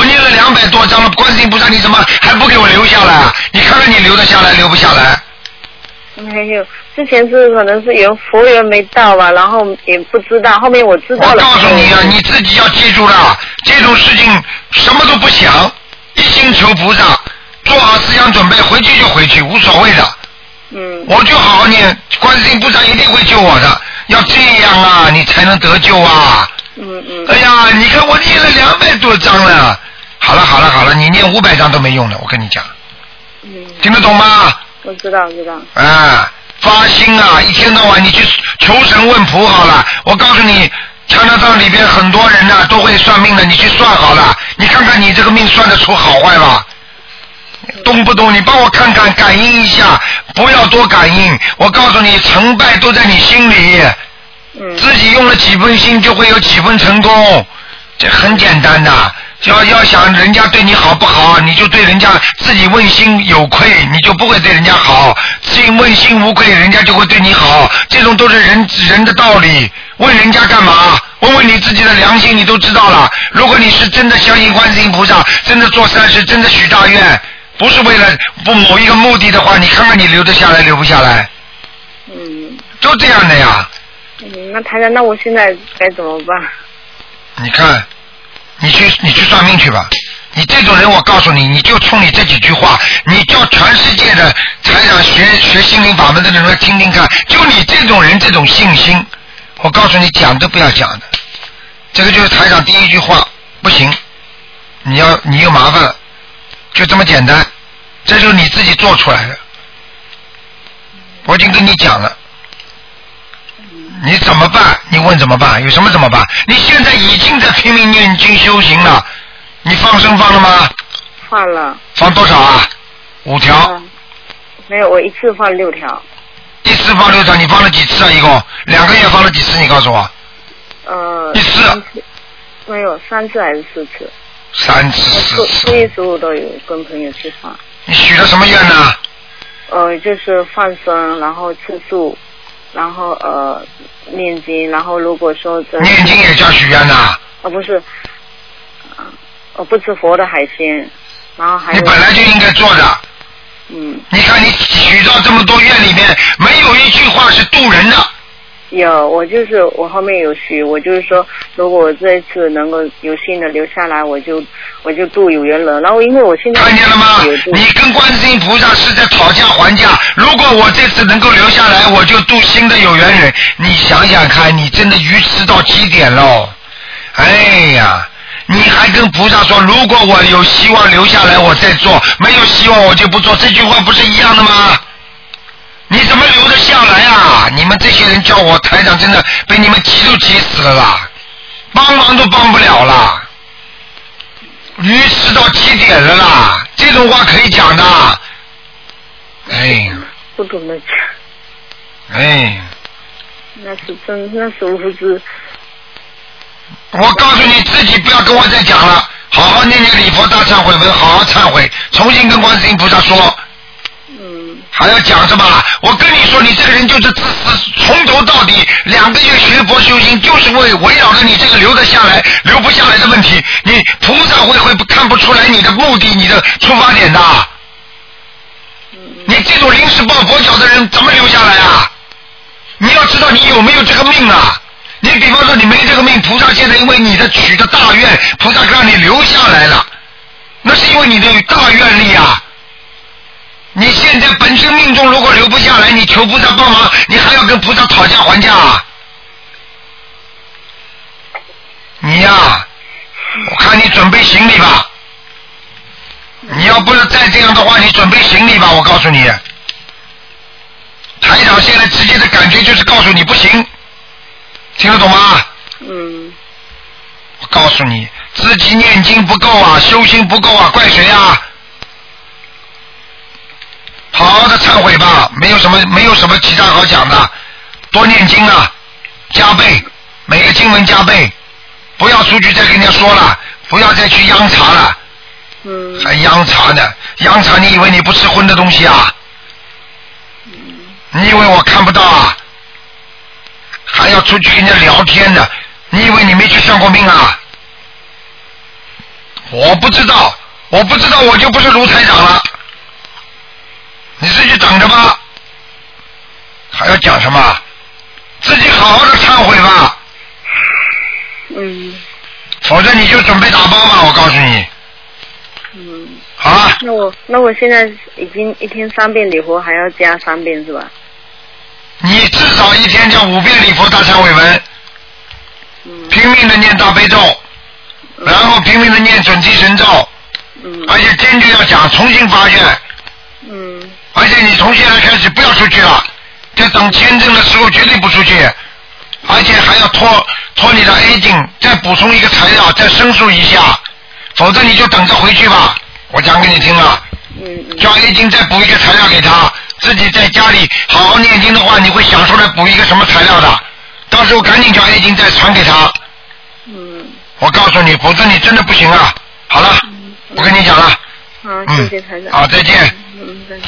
两百多张了，观世音菩萨你怎么还不给我留下来啊？你看看你留得下来留不下来？ 没有，之前是可能是缘佛缘没到吧，然后也不知道，后面我知道了。 我告诉你啊，你自己要记住了，这种事情什么都不想，一心求菩萨，做好思想准备，回去就回去，无所谓的。 嗯。 我就好好念，观世音菩萨一定会救我的，要这样啊，你才能得救啊。 嗯嗯。 哎呀，你看我念了两百多章了，好了好了好了，你念五百章都没用的，我跟你讲。 嗯。 听得懂吗？ 我知道知道。 啊，发心啊，一天到晚你去求神问卜好了。我告诉你，加拿大里边很多人呢、啊、都会算命的，你去算好了，你看看你这个命算得出好坏吧？懂不懂？你帮我看看，感应一下，不要多感应。我告诉你，成败都在你心里。 嗯。 自己用了几分心，就会有几分成功，这很简单的。要要想人家对你好不好，你就对人家自己问心有愧，你就不会对人家好；自己问心无愧，人家就会对你好。这种都是人人的道理。问人家干嘛？问问你自己的良心，你都知道了。如果你是真的相信观世音菩萨，真的做善事，真的许大愿，不是为了不某一个目的的话，你看看你留得下来留不下来？ 嗯。 就这样的呀。 嗯，那台长，那我现在该怎么办？ 你看。你去你去算命去吧，你这种人我告诉你，你就冲你这几句话，你叫全世界的台长学学心灵法门的人来听听看，就你这种人这种信心，我告诉你讲都不要讲的，这个就是台长第一句话，不行，你要你有麻烦了，就这么简单，这就是你自己做出来的，我已经跟你讲了。你怎么办？你问怎么办？有什么怎么办？你现在已经在拼命念经修行了，你放生放了吗？ 放了。 放多少啊？五条。 嗯、没有，我一次放六条。 一次放六条，你放了几次啊？一共两个月放了几次？你告诉我。 呃。 一次。 没有，三次还是四次？ 三次四次。 初一十五都有跟朋友去放。 你许了什么愿呢？ 呃，就是放生，然后吃素。然后呃念经，然后如果说念经也叫许愿呐？ 哦不是，我不吃活的海鲜，然后还你本来就应该做的。 嗯。 你看你许到这么多愿里面，没有一句话是渡人的。 有，我就是我后面有许，我就是说，如果我这一次能够有幸的留下来，我就我就度有缘人。然后因为我现在看见了吗？你跟观世音菩萨是在讨价还价。如果我这次能够留下来，我就度新的有缘人。你想想看，你真的愚痴到极点喽！哎呀，你还跟菩萨说，如果我有希望留下来，我再做；没有希望，我就不做。这句话不是一样的吗？你怎么留得下来啊？你们这些人叫我台长真的被你们急都急死了啦，帮忙都帮不了啦，愚痴到极点了啦，这种话可以讲的。哎， 不懂得讲。 哎， 那是真，那是无知。 我告诉你自己不要跟我再讲了，好好念念礼佛大忏悔文，好好忏悔，重新跟观世音菩萨说。还要讲什么？我跟你说，你这个人就是自私，从头到底两个月学佛修行，就是为围绕着你这个留得下来、留不下来的问题。你菩萨会会看不出来你的目的、你的出发点的。你这种临时抱佛脚的人，怎么留下来啊？你要知道你有没有这个命啊？你比方说你没这个命，菩萨现在因为你的许的大愿，菩萨让你留下来了，那是因为你的大愿力啊。你现在本身命中如果留不下来，你求菩萨帮忙，你还要跟菩萨讨价还价啊？你呀、啊，我看你准备行李吧。你要不是再这样的话，你准备行李吧，我告诉你。台长现在直接的感觉就是告诉你不行，听得懂吗？ 嗯。 我告诉你，自己念经不够啊，修心不够啊，怪谁啊？好好的忏悔吧，没有什么没有什么其他好讲的，多念经啊，加倍，每个经文加倍，不要出去再跟人家说了，不要再去央茶了， 嗯， 还央茶呢，央茶你以为你不吃荤的东西啊？你以为我看不到啊？还要出去跟人家聊天呢，你以为你没去算过命啊？我不知道， 我不知道，我就不是卢台长了。你自己等着吧。还要讲什么？自己好好的忏悔吧。 嗯。 否则你就准备打包吧，我告诉你。 嗯。 好啊。 那我那我现在已经一天三遍礼佛，还要加三遍是吧？ 你至少一天叫五遍礼佛大忏悔文。 嗯。 拼命的念大悲咒，嗯、然后拼命的念准提神咒。嗯。而且坚决要讲，重新发愿。嗯。而且你从现在开始不要出去了，在等签证的时候绝对不出去，而且还要拖拖你的 A 镜，再补充一个材料，再申诉一下，否则你就等着回去吧。我讲给你听了。嗯。叫 A 镜再补一个材料给他，自己在家里好好念经的话，你会想出来补一个什么材料的。到时候赶紧叫 A 经再传给他。嗯。我告诉你，否则你真的不行啊！好了，嗯、不跟你讲了。 好，谢谢台长。 好，再见。 嗯，再见。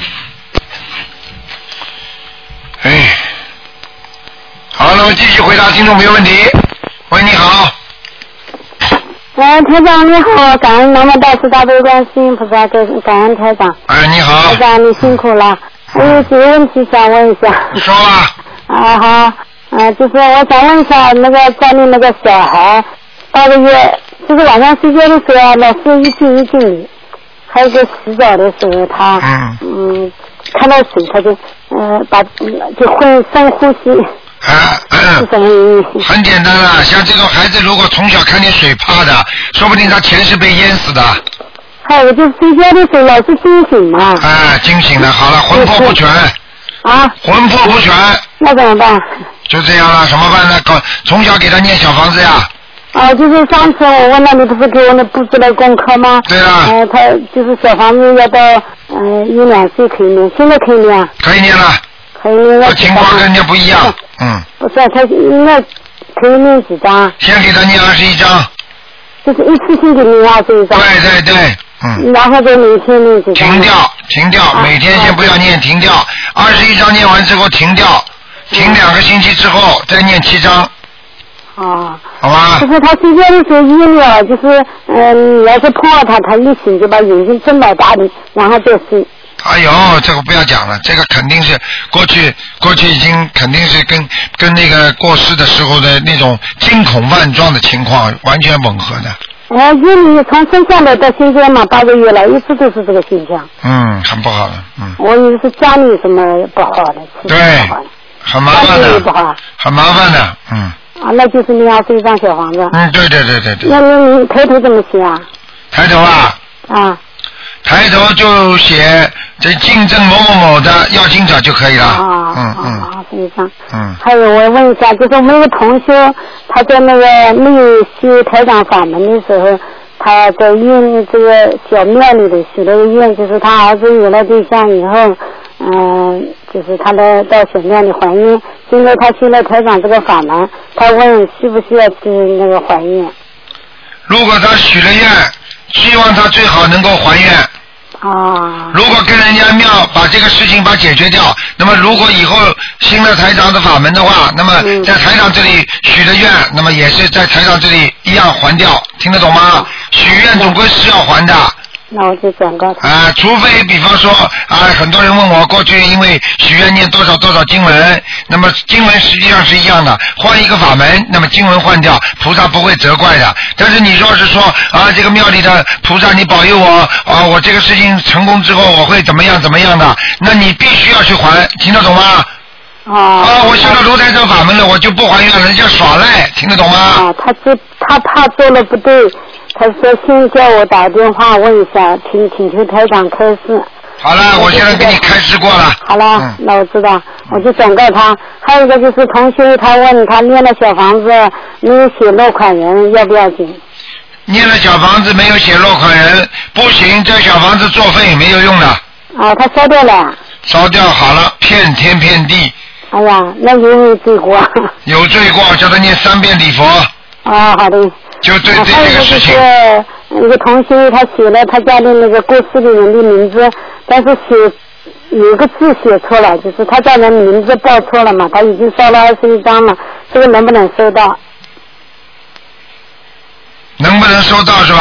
哎，好，那么继续回答听众朋友问题。喂，你好。 哎，台长你好，感恩南无大慈大悲观世音菩萨，感恩台长。 哎，你好。 台长你辛苦了，我有几个问题想问一下。 你说吧。 啊好。嗯、呃，就是我想问一下，那个家里那个小孩，八个月，就是晚上睡觉的时候，老是一惊一惊的，还有个洗澡的时候，他嗯嗯看到水他就呃把就会深呼吸。 啊嗯。 是什么原因？ 很简单了，像这种孩子如果从小看见水怕的，说不定他前世被淹死的。 还有就是睡觉的时候老是惊醒嘛。 啊，惊醒了，好了，魂魄不全。 啊。 魂魄不全。 那怎么办？ 就这样了，什么办呢？搞从小给他念小房子呀。 啊，就是上次我问了你，不是给我那布置了功课吗？ 对啊。 呃，他就是小房子要到呃一两岁可以念，现在可以念。 可以念了。 可以念。 这情况跟人家不一样，嗯。 不是，他应该可以念几张？ 先给他念二十一张。 就是一次性给念二十一张。 对对对，嗯。 然后再每天念几张？ 停掉，停掉，啊、每天先不要念，停掉。二十一张念完之后停掉。停两个星期之后再念七章。 哦。 好吧。 就是他睡觉的时候一了，就是嗯，你要是碰到他，他一醒就把眼睛睁老大的，然后再睡。 哎呦，这个不要讲了，这个肯定是过去过去已经肯定是跟跟那个过世的时候的那种惊恐万状的情况完全吻合的。 哎，因为你从生下来到现在嘛，八个月了，一直都是这个现象。 嗯，很不好的，嗯。 我以为是家里什么不好的， 对。很麻烦的，很麻烦的，嗯。 啊，那就是你要是一张小房子。 嗯，对对对对对。 那你你抬头怎么写啊？ 抬头啊。 啊。 抬头就写这竞争某某某的要经者就可以了。 啊嗯嗯。 啊，是一张。 嗯。 还有我问一下，就是我们一个同修，他在那个没有修台长法门的时候，他在院这个小庙里头许了个愿，就是他儿子有了对象以后。嗯，就是他的到小庙里还愿，现在他修了台长这个法门，他问需不需要去那个还愿？ 如果他许了愿，希望他最好能够还愿。 啊。 如果跟人家庙把这个事情把解决掉，那么如果以后新的台长的法门的话，那么在台长这里许的愿，那么也是在台长这里一样还掉，听得懂吗？许愿总归是要还的。 那我就转告他。 啊，除非比方说啊，很多人问我过去因为许愿念多少多少经文，那么经文实际上是一样的，换一个法门，那么经文换掉，菩萨不会责怪的。但是你说是说啊，这个庙里的菩萨你保佑我啊，我这个事情成功之后我会怎么样怎么样的，那你必须要去还，听得懂吗？ 啊。 啊，我修了卢台长法门了，我就不还愿了，人家耍赖，听得懂吗？ 啊，他这他怕做了不对。他说先叫我打电话问一下，请请求台长开示。 好了，我现在给你开示过了。 好了，嗯、那我知道，我就转告他。还有一个就是同学，他问他念了小房子没有写落款人，要不要紧？ 念了小房子没有写落款人，不行，这小房子作废，没有用的。 啊，他烧掉了。 烧掉好了，骗天骗地。 哎呀，那有没有罪过？ 有罪过，叫他念三遍礼佛。 啊，好的。 就对对这个事情。 还有就是那个同学，他写了他家的那个过世的人的名字，但是写有一个字写错了，就是他家人名字报错了嘛，他已经烧了二十一张了，这个能不能收到？ 能不能收到是吧？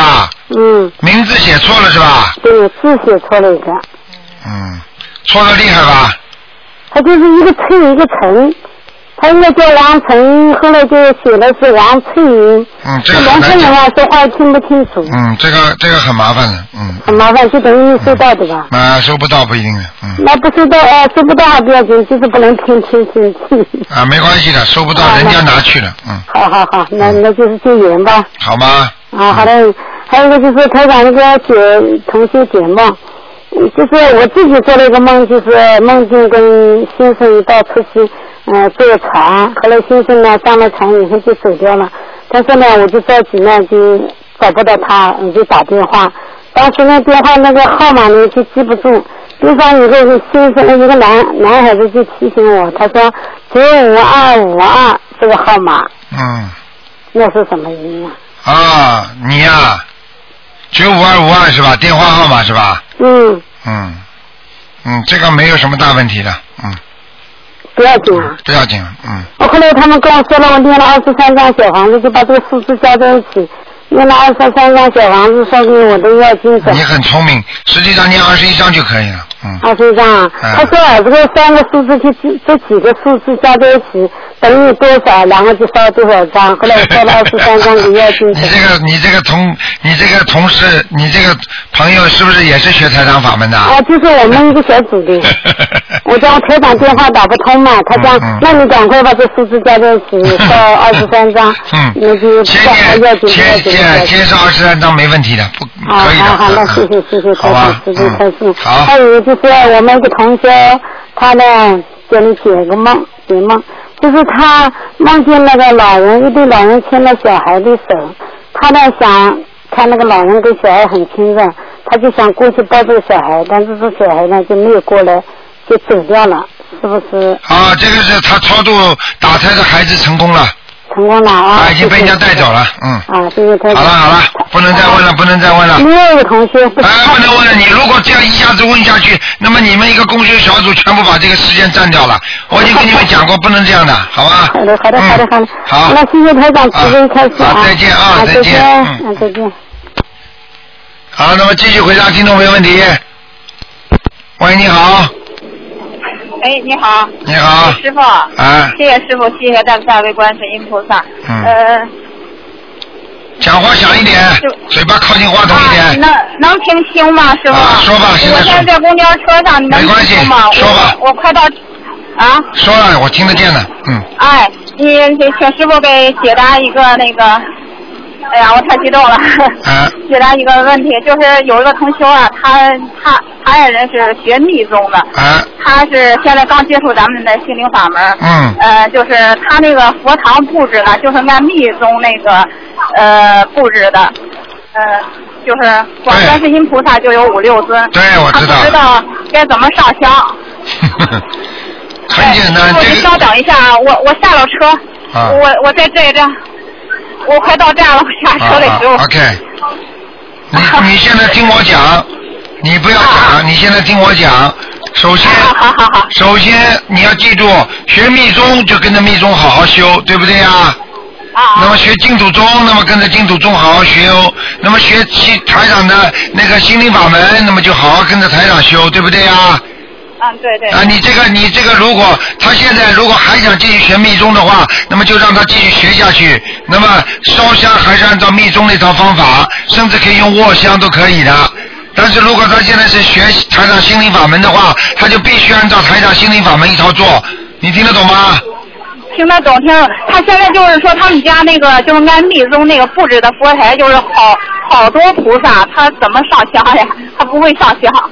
嗯。 名字写错了是吧？ 对，字写错了一个。 嗯，错的厉害吧？ 他就是一个翠一个陈，他应该叫王晨，后来就写的是王翠云。 嗯，这个农村人话说话听不清楚。 嗯，这个这个很麻烦的，嗯。 很麻烦，就等于收到对吧？ 啊，收不到不一定的，嗯。 那不收到啊，收不到还不要紧，就是不能听听听听。 啊，没关系的，收不到人家拿去了，嗯。 好好好，那那就是救援吧。 好吗？ 啊，好的。还有一个就是台长那个解同学解梦。就是我自己做了一个梦，就是梦境跟先生到出去，嗯、呃，坐船，后来先生呢上了船以后就走掉了，但是呢我就着急呢就找不到他，我就打电话，当时呢电话那个号码呢就记不住，对方一个先生一个男男孩子就提醒我，他说九五二五二这个号码， 嗯， 那是什么原因啊？ 啊，你呀、啊。九五二五二是吧？电话号码是吧？ 嗯。 嗯，嗯，这个没有什么大问题的，嗯。 不要紧啊。 不要紧，嗯。 我后来他们跟我说了，我念了二十三张小房子，就把这个数字加在一起，念了二十三张小房子，说明我都要精神。 你很聪明，实际上念二十一张就可以了，嗯。 二十一张啊？嗯、他说啊，这个三个数字就这几个数字加在一起。等于多少，然后就烧多少张，后来我烧了二十三张给要精神。 你这个你这个同你这个同事，你这个朋友是不是也是学台长法门的？ 啊，就是我们一个小组的。我讲台长电话打不通嘛，他讲、嗯嗯、那你赶快把这数字加在一起，烧二十三张。嗯。那就先念先先先烧二十三张没问题的，不可以的。 好好好，那谢谢谢谢台长，谢谢开心。 好。 还有就是我们一个同学，他呢叫你解个梦，解梦。就是他梦见那个老人，一对老人牵了小孩的手，他呢想看那个老人跟小孩很亲热，他就想过去抱这个小孩，但是这小孩呢就没有过来，就走掉了，是不是？ 啊，这个是他超度打胎的孩子成功了。 成功了啊！ 啊，已经被人家带走了，嗯。 啊，谢谢台长。 好了好了，不能再问了，不能再问了。 另外一个同学。 哎，不能问了！你如果这样一下子问下去，那么你们一个公学小组全部把这个时间占掉了。我已经跟你们讲过，不能这样的，好吧？ 好的，好的，好的，好的。 好。 那谢谢台长，慈悲开始啊！ 再见啊， 再见。 嗯，再见。 好，那么继续回答听众朋友问题。喂，你好。 哎，你好。 你好。 师傅。 啊。 谢谢师傅，谢谢大慈大悲观世音菩萨。 嗯。 呃。 讲话响一点，嘴巴靠近话筒一点。 啊、能能听清吗，师傅？ 啊，说吧，现在我现在在公交车上，你能听清吗？ 说吧。 我, 我快到。啊。 说了，我听得见的，嗯。 哎，你请师傅给解答一个那个。哎呀，我太激动了。 啊。 解答一个问题，就是有一个同修啊，他他他爱人是学密宗的。 啊。 他是现在刚接触咱们的心灵法门。 嗯。 呃，就是他那个佛堂布置呢，就是按密宗那个呃布置的，呃，就是观世音菩萨就有五六尊。 对，我知道。 他不知道该怎么上香。 很简单。 这个。你稍等一下啊，我我下了车。 啊。 我我在这站。我快到站了，我下车的时候。 啊啊、OK， 你你现在听我讲，你不要讲，啊、你现在听我讲。首先， 好好好首先你要记住，学密宗就跟着密宗好好修，对不对呀？ 啊。 那么学净土宗，那么跟着净土宗好好修；那么学其台长的那个心灵法门，那么就好好跟着台长修，对不对呀？ 嗯，对对。 啊，你这个你这个，如果他现在如果还想继续学密宗的话，那么就让他继续学下去。那么烧香还是按照密宗那套方法，甚至可以用卧香都可以的。但是如果他现在是学台长心灵法门的话，他就必须按照台长心灵法门一套做。你听得懂吗？ 听得懂，听得懂。他现在就是说，他们家那个就是按密宗那个布置的佛台，就是好好多菩萨，他怎么上香呀？他不会上香。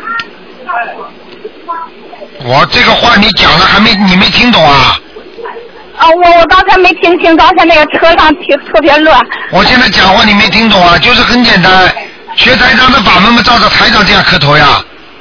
我这个话你讲了还没你没听懂啊？ 啊，我我刚才没听清，刚才那个车上挺特别乱。 我现在讲话你没听懂啊？就是很简单，学台长的法门嘛，照着台长这样磕头呀。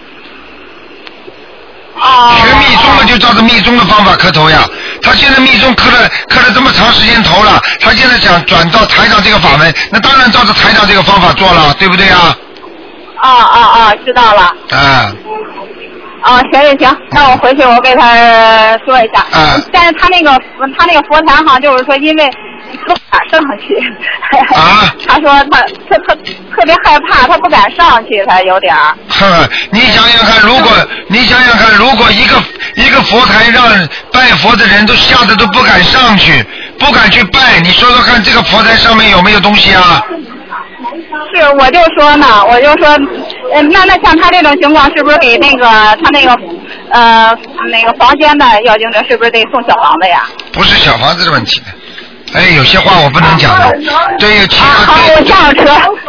啊。 学密宗嘛，就照着密宗的方法磕头呀。他现在密宗磕了磕了这么长时间头了，他现在想转到台长这个法门，那当然照着台长这个方法做了，对不对呀？ 啊啊啊！知道了。 啊。 啊，行行行，那我回去我给他说一下。 嗯。 但是他那个他那个佛坛哈，就是说，因为不敢上去。 啊？ 他说他他他特别害怕，他不敢上去，他有点儿。 呵，你想想看，如果你想想看，如果一个一个佛台让拜佛的人都吓得都不敢上去，不敢去拜，你说说看，这个佛台上面有没有东西啊？ 是，我就说呢，我就说，呃，那那像他这种情况，是不是给那个他那个呃那个房间的要经者，是不是得送小房子呀？ 不是小房子的问题的，哎，有些话我不能讲的。对，有其他。 啊，好，我下了车。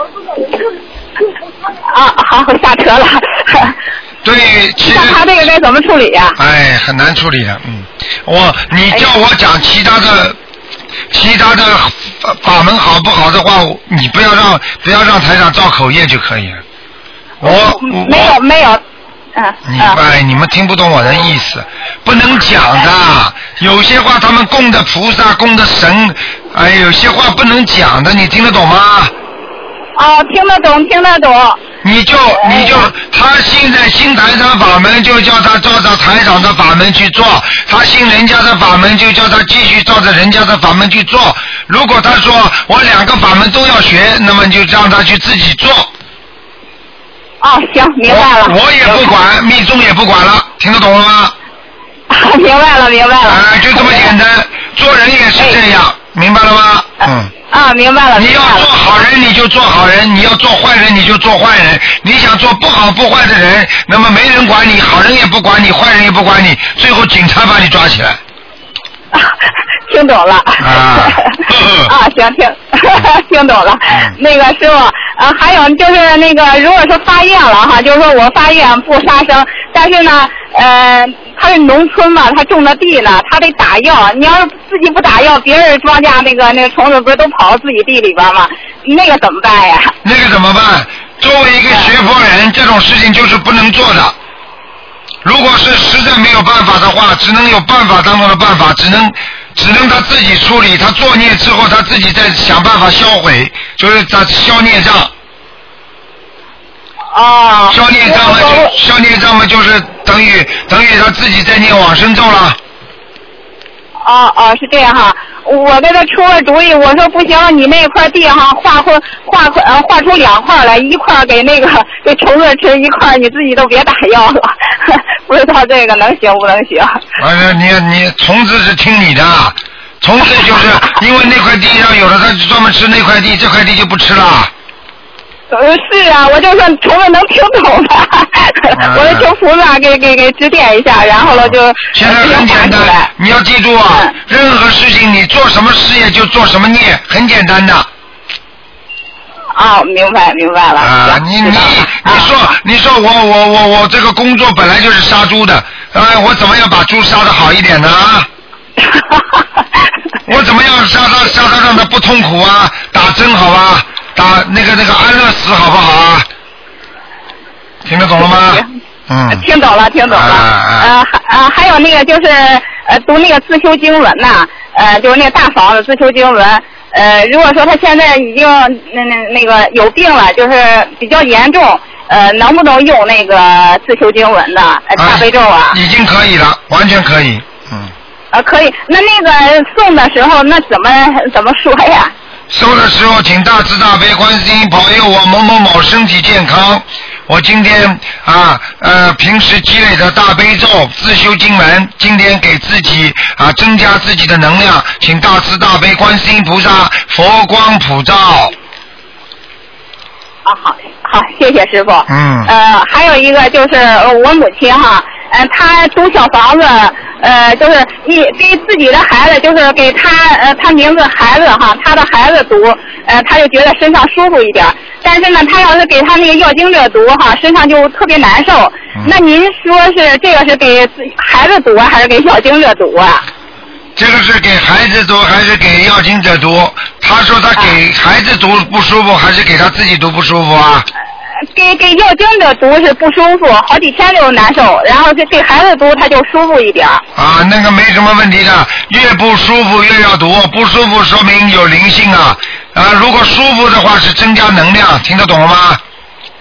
啊，好，我下车了。 对，其实像他这个该怎么处理呀？ 哎，很难处理的，嗯，我你叫我讲其他的。其他的法门好不好的话，你不要让不要让台长造口业就可以了。我没有没有，嗯。 你哎，你们听不懂我的意思，不能讲的。有些话他们供的菩萨、供的神，哎，有些话不能讲的，你听得懂吗？ 哦，听得懂，听得懂。 你就你就他信在新台长法门，就叫他照着台长的法门去做；他信人家的法门，就叫他继续照着人家的法门去做。如果他说我两个法门都要学，那么就让他去自己做。 哦，行，明白了。 我, 我也不管，密宗也不管了，听得懂了吗？ 明白了，明白了。 啊，就这么简单，做人也是这样，明白了吗？嗯。 啊，明白了。 你要做好人，你就做好人；你要做坏人，你就做坏人。你想做不好不坏的人，那么没人管你，好人也不管你，坏人也不管你，最后警察把你抓起来。 啊、听懂了。 啊。 啊，行，听听懂了。嗯、那个师傅，呃，还有就是那个，如果说发愿了哈，就是说我发愿不杀生，但是呢，呃。他是农村嘛，他种的地呢，他得打药。你要是自己不打药，别人庄稼那个那个虫子不是都跑到自己地里边吗？那个怎么办呀？ 那个怎么办？作为一个学佛人，这种事情就是不能做的。如果是实在没有办法的话，只能有办法当中的办法，只能只能他自己处理。他作孽之后，他自己再想办法销毁，就是他消孽障。 哦， 消孽障嘛，就消孽障嘛，就是等于等于他自己在念往生咒了。 哦哦，是这样哈。我给他出了主意，我说不行，你那块地哈划出划块呃划出两块来，一块给那个给虫子吃，一块你自己都别打药了。不知道这个能行不能行？ 啊，你你虫子是听你的，虫子就是因为那块地上有的他专门吃那块地，这块地就不吃了。 呃，是啊，我就说虫子能听懂的，嗯、我就求菩萨给给给指点一下，然后了就现在很简单，你要记住啊，嗯、任何事情你做什么事业就做什么孽，很简单的。 哦，明白明白了。 啊，你你你说、啊、你说我我我我这个工作本来就是杀猪的，哎，我怎么样把猪杀得好一点呢？我怎么样杀他杀他让他不痛苦啊？打针好吧？打那个那个安乐死好不好啊？听得懂了吗？嗯， 听懂了，听懂了。啊、呃，呃，还有那个就是呃读那个自修经文呐，呃，就是那个大房子自修经文。呃，如果说他现在已经那那那个有病了，就是比较严重，呃，能不能用那个自修经文的、呃、大悲咒啊？ 已经可以了，完全可以。嗯。 呃，可以。那那个诵的时候，那怎么怎么说呀？ 收的时候，请大慈大悲观世音保佑我某某某身体健康。我今天啊呃平时积累的大悲咒自修经文，今天给自己啊增加自己的能量，请大慈大悲观世音菩萨佛光普照。 啊，好，好，谢谢师傅。 嗯。 呃，还有一个就是我母亲哈，呃，她租小房子，呃，就是一给自己的孩子，就是给她呃她名字孩子哈，她的孩子读，呃，她就觉得身上舒服一点。但是呢，她要是给她那个要经者读哈，身上就特别难受。嗯、那您说是这个是给孩子读啊，还是给要经者读啊？ 这个是给孩子读还是给要经者读？他说他给孩子读不舒服，还是给他自己读不舒服啊？ 给给要经者读是不舒服，好几天就难受，然后给孩子读他就舒服一点。 啊，那个没什么问题的，越不舒服越要读，不舒服说明有灵性啊。啊，如果舒服的话是增加能量，听得懂了吗？ 哦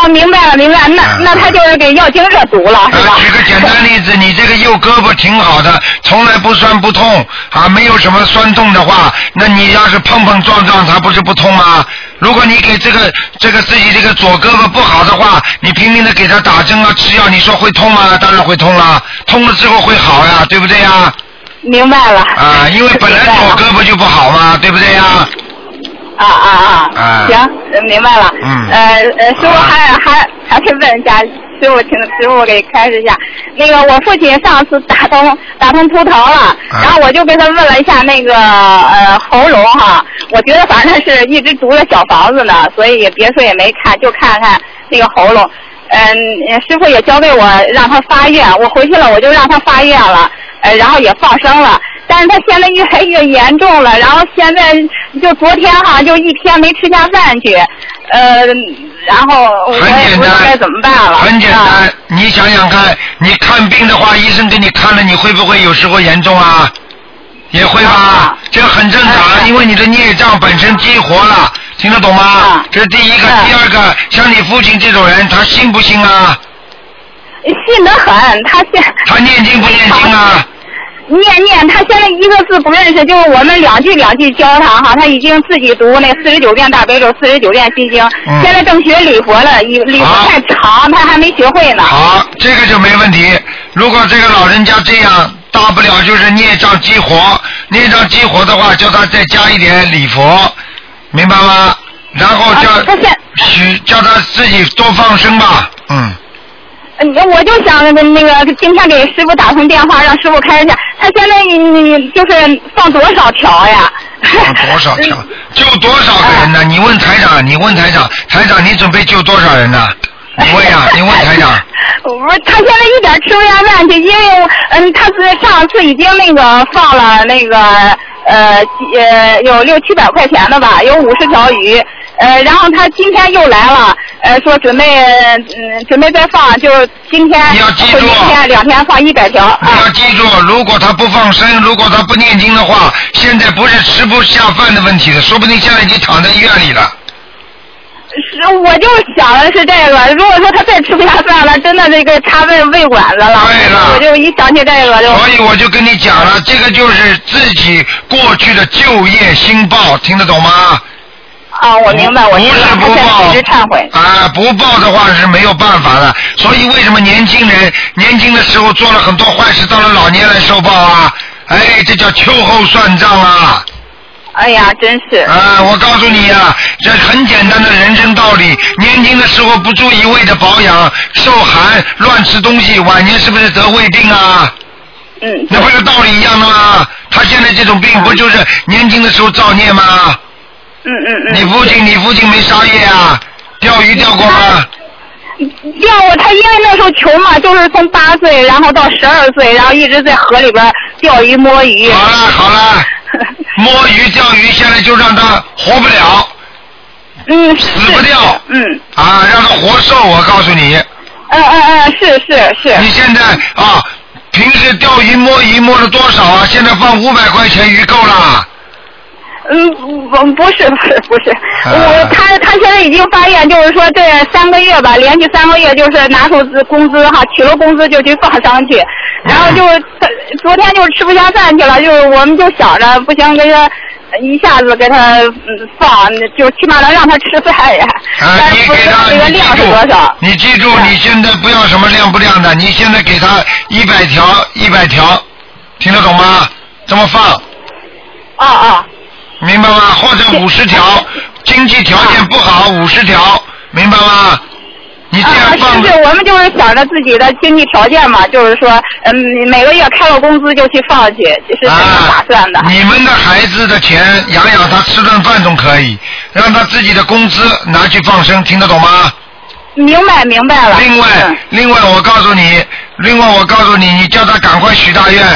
哦，明白了，明白。那、啊、那他就是给药精热毒了，是吧？ 啊、举个简单例子，你这个右胳膊挺好的，从来不酸不痛啊，没有什么酸痛的话，那你要是碰碰撞撞，它不是不痛吗？如果你给这个这个自己这个左胳膊不好的话，你拼命的给他打针啊吃药，你说会痛吗？当然会痛了，痛了之后会好呀，对不对呀？ 明白了。 啊，因为本来左胳膊就不好嘛，对不对呀？ 啊啊啊！ 啊行，明白了。 嗯。 呃呃，师傅还、啊、还还是问一下，师傅请师傅给开示一下。那个我父亲上次打通打通图腾了，啊、然后我就跟他问了一下那个呃喉咙哈，我觉得反正是一直读着小房子呢，所以也别说也没看，就看看那个喉咙。嗯，师傅也交给我让他发愿，我回去了我就让他发愿了，呃，然后也放生了。但是他现在越来越严重了，然后现在就昨天哈就一天没吃下饭去，呃，然后我也不知道该怎么办了。 很简单， 啊、 你想想看，你看病的话，医生给你看了，你会不会有时候严重啊？也会吧，啊、这个很正常，啊、因为你的孽障本身激活了，听得懂吗？啊、这是第一个，啊、第二个，像你父亲这种人，他信不信啊？ 信得很，他现他念经不念经啊？ 念念，他现在一个字不认识，就是我们两句两句教他哈，他已经自己读那四十九遍大悲咒，四十九遍心经，嗯、现在正学礼佛了，礼佛太长，他还没学会呢。 好，这个就没问题。如果这个老人家这样，大不了就是孽障激活，孽障激活的话，叫他再加一点礼佛，明白吗？然后叫、啊、许叫他自己多放生吧，嗯。 我就想那个今天给师傅打通电话，让师傅开一下。他现在就是放多少条呀？ 放多少条？救多少个人呢？啊、你问台长，你问台长，台长你准备救多少人呢？你问呀，你问台长。 我他现在一点吃不下饭去，因为嗯，他是上次已经那个放了那个呃呃有六七百块钱的吧，有五十条鱼。呃，然后他今天又来了，呃，说准备，嗯，准备再放，就是今天你要记住， 明天两天放一百条。 你要记住，如果他不放生，如果他不念经的话，现在不是吃不下饭的问题了，说不定现在已经躺在医院里了。 是，我就想的是这个。如果说他再吃不下饭了，真的这个插胃胃管子了。 对了。 我就一想起这个就。 所以我就跟你讲了，这个就是自己过去的旧业新报，听得懂吗？ 啊，我明白，我明白。 不是不报， 一直忏悔。 啊，不报的话是没有办法的。所以为什么年轻人年轻的时候做了很多坏事，到了老年来受报啊？哎，这叫秋后算账啊！ 哎呀，真是。 啊，我告诉你啊，这很简单的人生道理。年轻的时候不注意胃的保养，受寒乱吃东西，晚年是不是得胃病啊？ 嗯。 那不是道理一样的吗？他现在这种病不就是年轻的时候造孽吗？ 嗯嗯嗯。 你父亲，你父亲没杀业啊？钓鱼钓过吗？ 钓过，他因为那时候穷嘛，就是从八岁然后到十二岁，然后一直在河里边钓鱼摸鱼。 好了好了，摸鱼钓鱼现在就让他活不了， 嗯， 死不掉， 嗯， 啊，让他活受，我告诉你。 嗯嗯嗯，是是是。 你现在啊，平时钓鱼摸鱼摸了多少啊？现在放五百块钱鱼够了。 嗯，不不是不是不是，我他他现在已经发愿，就是说这三个月吧，连续三个月就是拿出工资哈，取了工资就去放上去，然后就昨天就吃不下饭去了，就是我们就想着不行给他一下子给他放，就起码能让他吃饭呀。 啊，你给他， 这个量是多少？ 你记住，你现在不要什么量不量的，你现在给他一百条一百条，听得懂吗？这么放。 啊啊。 明白吗？或者五十条，经济条件不好五十条，明白吗？你这样放。 啊，是是，我们就是想着自己的经济条件嘛，就是说，嗯，每个月开了工资就去放去，是这么打算的。 啊，你们的孩子的钱养养他吃顿饭总可以，让他自己的工资拿去放生，听得懂吗？ 明白明白了。 另外，嗯、另外我告诉你，另外我告诉你，你叫他赶快许大愿。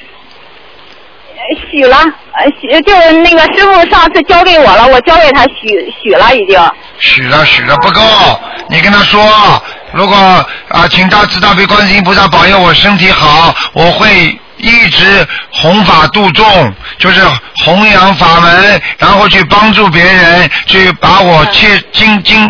许了，呃，许就是那个师傅上次交给我了，我交给他许许了已经。 许了许了不够，你跟他说，如果啊，请大慈大悲观世音菩萨保佑我身体好，我会一直弘法度众，就是弘扬法门，然后去帮助别人，去把我切经经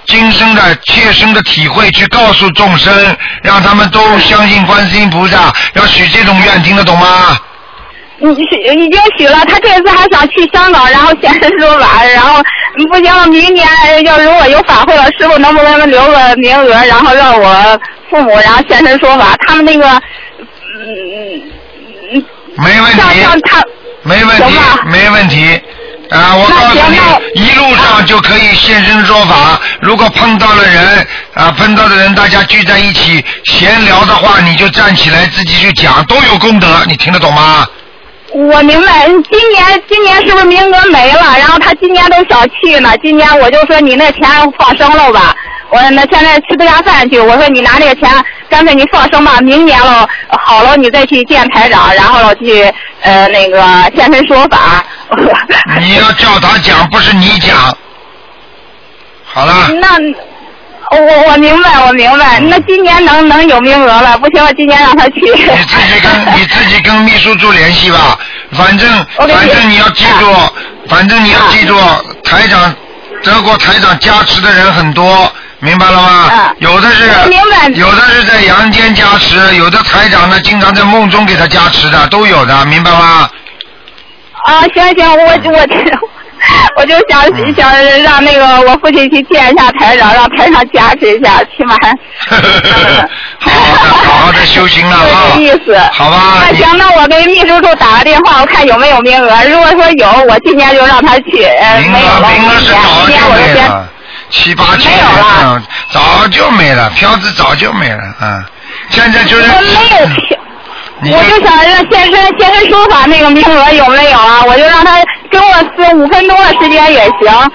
今生的切身的体会去告诉众生，让他们都相信观世音菩萨，要许这种愿，听得懂吗？ 你许已经许了，他这次还想去香港，然后现身说法，然后不行了，明年要如果有法会了，师傅能不能给他们留个名额，然后让我父母然后现身说法？他们那个，嗯嗯， 没问题， 像像他没问题，没问题。啊，我告诉你，一路上就可以现身说法。如果碰到了人，啊，碰到的人大家聚在一起闲聊的话，你就站起来自己去讲，都有功德，你听得懂吗？ 我明白，今年今年是不是名额没了？然后他今年都想去呢，今年我就说你那钱放生了吧。我那现在吃不下饭去，我说你拿那个钱，干脆你放生吧，明年了好了你再去见台长，然后去呃那个现身说法。 你要叫他讲，不是你讲。好了。 那我我明白，我明白。那今年能能有名额了？不行，我今年让他去。 你自己跟你自己跟秘书处联系吧，反正反正你要记住，啊、反正你要记住，啊、台长德国台长加持的人很多。明白了吗？啊、有的是， 明白。 有的是在阳间加持，有的台长呢经常在梦中给他加持的，都有的，明白吗？ 啊，行行，我我我就想、嗯、想让那个我父亲去见一下台长，让台长加持一下，起码。 好好的，好好的修行了啊。 这意思。 好吧。 那行，那我给秘书处打个电话，我看有没有名额。如果说有，我今年就让他去。呃、 名额名额是早就没了。七八千人，嗯，早就没了，票子早就没了，嗯，现在就是。 我没有票，我就想让现身现身说法那个名额有没有啊？我就让他跟我四五分钟的时间也行。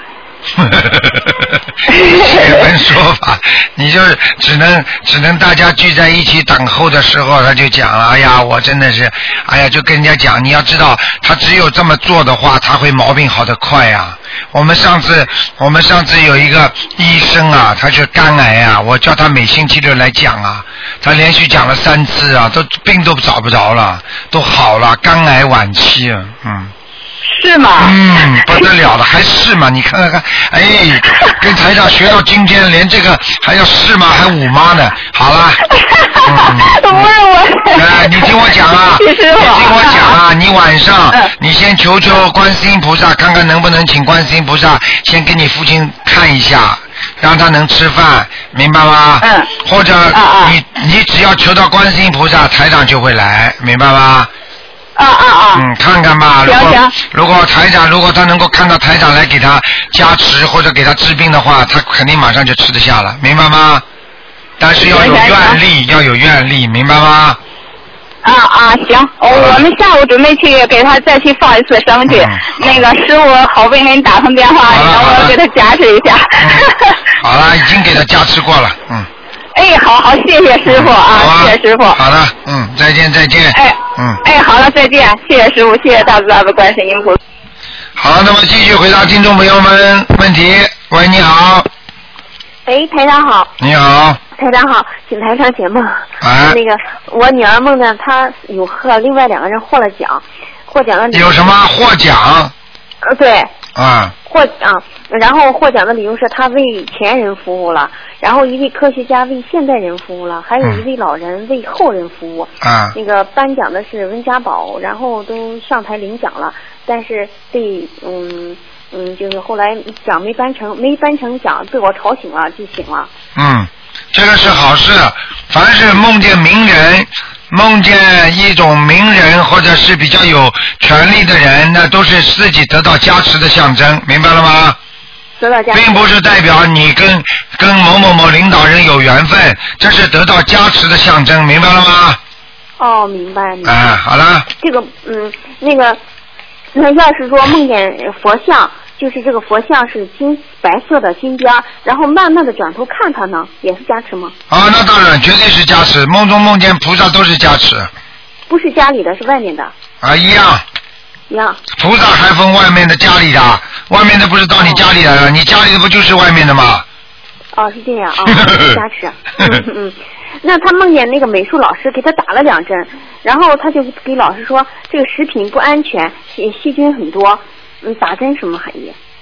现身说法，你就只能只能大家聚在一起等候的时候，他就讲了，哎呀，我真的是，哎呀，就跟人家讲，你要知道，他只有这么做的话，他会毛病好得快呀。我们上次我们上次有一个医生啊，他是肝癌啊，我叫他每星期六来讲啊，他连续讲了三次啊，都病都找不着了，都好了，肝癌晚期啊，嗯。 是吗？ 嗯，不得了了，还是吗？你看看看，哎，跟台上学到今天，连这个还要是吗？还五妈呢？好了， 嗯、不是我。 哎，你听我讲啊，你听我讲啊，你晚上你先求求观世音菩萨，看看能不能请观世音菩萨先给你父亲看一下，让他能吃饭，明白吗？ 嗯。 或者你你只要求到观世音菩萨，台长就会来，明白吗？ 啊啊啊！ 嗯，看看吧。如果如果台长，如果他能够看到台长来给他加持或者给他治病的话，他肯定马上就吃得下了，明白吗？但是要有愿力，要有愿力，明白吗？ 啊啊，行，哦，我们下午准备去给他再去放一次生去。嗯、那个师傅好不容易给你打通电话，然后我给他加持一下。 嗯、好了，已经给他加持过了，嗯。 哎，好好，谢谢师傅啊， 嗯、 谢谢师傅。 好的，嗯，再见再见。 哎， 嗯， 哎，好了，再见，谢谢师傅，谢谢大慈大悲观世音菩萨。 好，那么继续回答听众朋友们问题。喂，你好。 喂，台长好。 你好。 台长好，请台上解梦。 啊。 那个，我女儿梦见她有和另外两个人获了奖，获奖的。 有什么获奖？ 呃，对。 啊。 获奖，然后获奖的理由是他为前人服务了，然后一位科学家为现代人服务了，还有一位老人为后人服务。 啊。 那个颁奖的是温家宝，然后都上台领奖了，但是被嗯嗯，就是后来奖没颁成，没颁成奖，被我吵醒了就醒了。 嗯，这个是好事，凡是梦见名人。梦见一种名人或者是比较有权力的人，那都是自己得到加持的象征，明白了吗？ 得到加持， 并不是代表你跟跟某某某领导人有缘分，这是得到加持的象征，明白了吗？ 哦，明白。明白啊，好了。 这个嗯，那个，那要是说梦见佛像，就是这个佛像是金白色的金边，然后慢慢的转头看它呢，也是加持吗？ 啊，那当然，绝对是加持。梦中梦见菩萨都是加持。 不是家里的，是外面的。啊， 一样。 一样。 菩萨还分外面的、家里的，外面的不是到你家里来了，哦、你家里的不就是外面的吗？ 哦，是这样啊，加持。嗯嗯。那他梦见那个美术老师给他打了两针，然后他就给老师说这个食品不安全，细细菌很多。嗯，打针什么含义？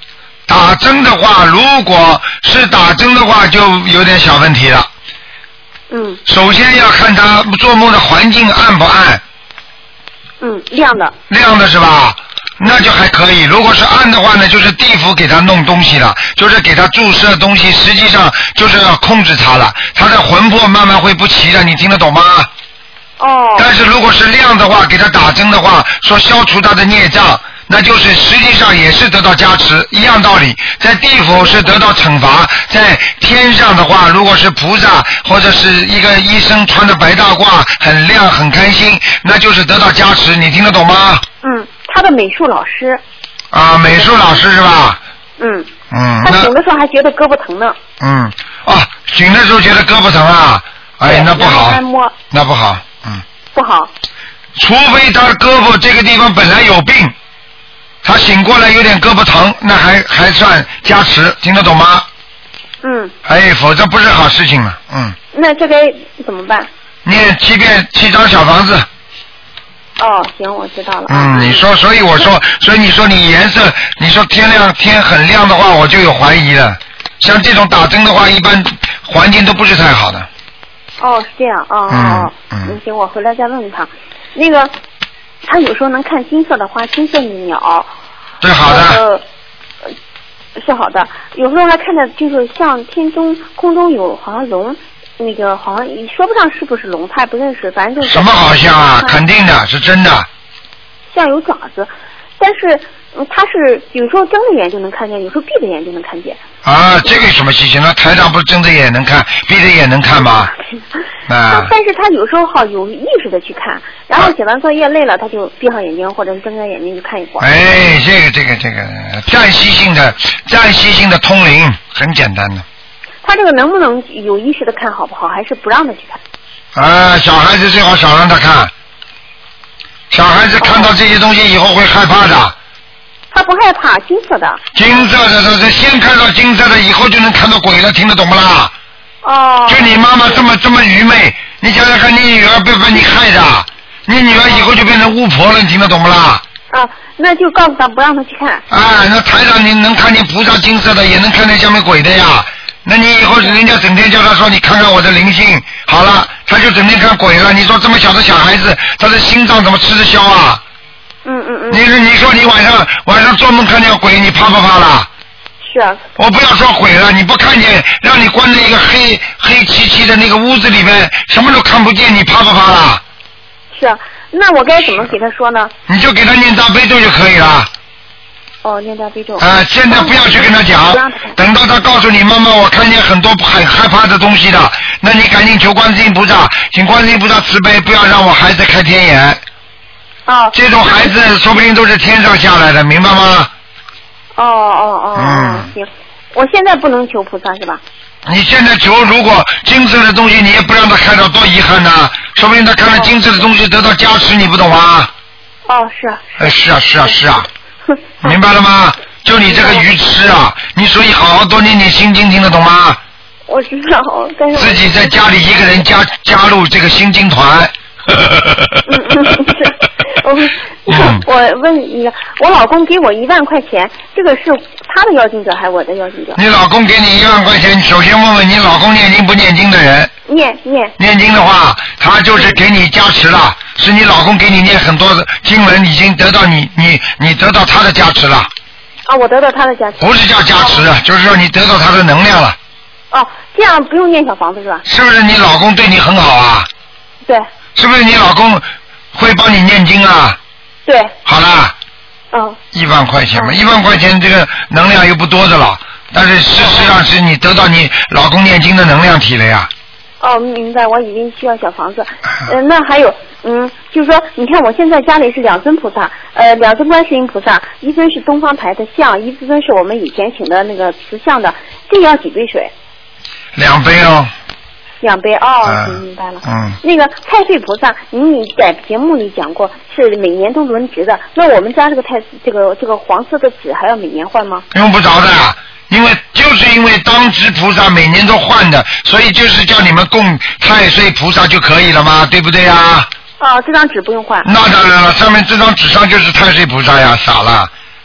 打针的话，如果是打针的话，就有点小问题了。 嗯。 首先要看他做梦的环境暗不暗。 嗯，亮的。 亮的是吧？那就还可以。如果是暗的话呢，就是地府给他弄东西了，就是给他注射东西，实际上就是要控制他了，他的魂魄慢慢会不齐的，你听得懂吗？ 哦。 但是如果是亮的话，给他打针的话，说消除他的孽障，那就是实际上也是得到加持，一样道理。在地府是得到惩罚，在天上的话，如果是菩萨或者是一个医生穿着白大褂，很亮很开心，那就是得到加持，你听得懂吗？ 嗯，他的美术老师。 啊，美术老师是吧？ 嗯。 嗯。 他醒的时候还觉得胳膊疼呢。 嗯。哦，醒的时候觉得胳膊疼啊？哎，那不好。 按摩。 那不好，嗯。 不好。 除非他胳膊这个地方本来有病，他醒过来有点胳膊疼，那还还算加持，听得懂吗？ 嗯。 哎，否则不是好事情了，嗯。 那这该怎么办？ 念七遍七张小房子。 哦，行，我知道了。 嗯，你说，所以我说，所以你说你颜色，你说天亮天很亮的话，我就有怀疑了。像这种打针的话，一般环境都不是太好的。 哦，是这样，哦哦，嗯，行，我回来再问问他。那个，他有时候能看金色的花，金色的鸟。 对，好的。 呃，是好的。有时候还看着就是像天中空中有好像龙。那个好像说不上是不是龙，他也不认识，反正就是什么好像啊，肯定的是真的。 像有爪子，但是、嗯、他是有时候睁着眼就能看见，有时候闭着眼就能看见。 啊，这个有什么稀奇？那台长不是睁着眼能看，闭着眼能看吗？啊。 但是他有时候好有意识的去看，然后写完作业累了，他就闭上眼睛或者是睁开眼睛就看一会儿。 哎，这个这个这个暂时性的暂时性的通灵，很简单的。 他这个能不能有意识的看好不好，还是不让他去看？ 啊，小孩子最好少让他看。小孩子看到这些东西以后会害怕的。 他不害怕，金色的。 金色的，他先看到金色的，以后就能看到鬼了，听得懂不啦？ 哦。 就你妈妈这么这么愚昧，你想想看，你女儿被被你害的，你女儿以后就变成巫婆了，你听得懂不啦？ 啊，那就告诉他不让他去看。 啊，那台上你能看见菩萨金色的，也能看见下面鬼的呀。那你以后人家整天叫他说你看看我的灵性，好了，他就整天看鬼了。你说这么小的小孩子，他的心脏怎么吃得消啊？ 嗯嗯嗯。 你说你说你晚上晚上做梦看见鬼，你怕不怕啦？ 是啊。 我不要说鬼了，你不看见，让你关在一个黑黑漆漆的那个屋子里面，什么都看不见，你怕不怕啦？ 是啊，那我该怎么给他说呢？ 你就给他念大悲咒就可以了。 哦，念大悲咒。 啊，现在不要去跟他讲，等到他告诉你妈妈，我看见很多很害怕的东西的，那你赶紧求观世音菩萨，请观世音菩萨慈悲，不要让我孩子开天眼。 哦。 这种孩子说不定都是天上下来的，明白吗？ 哦哦哦。 嗯。 行，我现在不能求菩萨是吧？ 你现在求，如果金色的东西你也不让他看到，多遗憾呐！说不定他看了金色的东西得到加持，你不懂吗？ 哦，是啊。 哎，是啊，是啊，是啊。明白了吗？就你这个愚痴啊！你所以好好多念念心经，听得懂吗？ 我知道，但是自己在家里一个人加加入这个心经团。 嗯嗯是，我嗯我问你，我老公给我一万块钱，这个是他的要经者还是我的要经者？ 你老公给你一万块钱，首先问问你老公念经不念经的人。 念念。 念经的话，他就是给你加持了，是你老公给你念很多的经文，已经得到你你你得到他的加持了。 啊，我得到他的加持。 不是叫加持，哦、就是说你得到他的能量了。 哦，这样不用念小房子是吧？ 是不是你老公对你很好啊？ 对。 是不是你老公会帮你念经啊？ 对。 好啦。 嗯。 一万块钱嘛，一万块钱这个能量又不多的了，但是事实上是你得到你老公念经的能量体了呀。 哦，明白，我已经需要小房子。呃，那还有，嗯，就是说，你看我现在家里是两尊菩萨，呃，两尊观世音菩萨，一尊是东方台的像，一尊是我们以前请的那个瓷像的，这个要几杯水？ 两杯哦。 两杯哦，嗯、明白了。 嗯。 那个太岁菩萨，您在节目里讲过是每年都轮值的，那我们家这个太这个这个黄色的纸还要每年换吗？ 用不着的。因为就是因为当值菩萨每年都换的，所以就是叫你们供太岁菩萨就可以了嘛，对不对呀？ 哦，这张纸不用换。 那当然了，上面这张纸上就是太岁菩萨呀，傻了。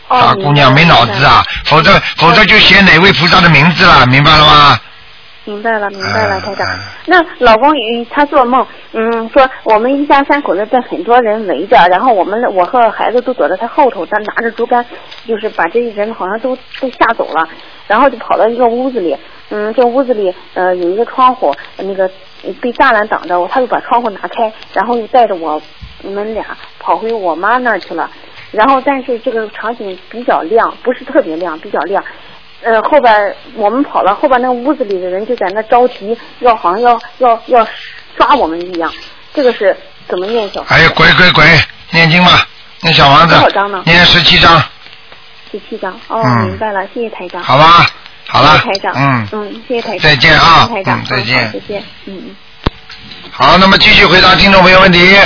哦、 大姑娘没脑子啊，否则否则就写哪位菩萨的名字了，明白了吗？ 明白了，明白了，台长。那老公他做梦，嗯，说我们一家三口子被很多人围着，然后我们我和孩子都躲在他后头，他拿着竹竿，就是把这些人好像都都吓走了，然后就跑到一个屋子里，嗯，这屋子里呃有一个窗户，那个被栅栏挡着，他就把窗户拿开，然后又带着我们俩跑回我妈那儿去了，然后但是这个场景比较亮，不是特别亮，比较亮。呃，后边我们跑了，后边那屋子里的人就在那着急，要好像要要要抓我们一样。这个是怎么念小？ 哎呀，鬼鬼鬼，念经嘛，念小房子。 多少张呢？ 念十七张。 十七张，哦、嗯，明白了，谢谢台长。 好吧，好了。 谢谢台长。嗯嗯，谢谢台长。 再见啊， 谢谢台长， 嗯，再见。 再见，嗯嗯。 好，那么继续回答听众朋友问题。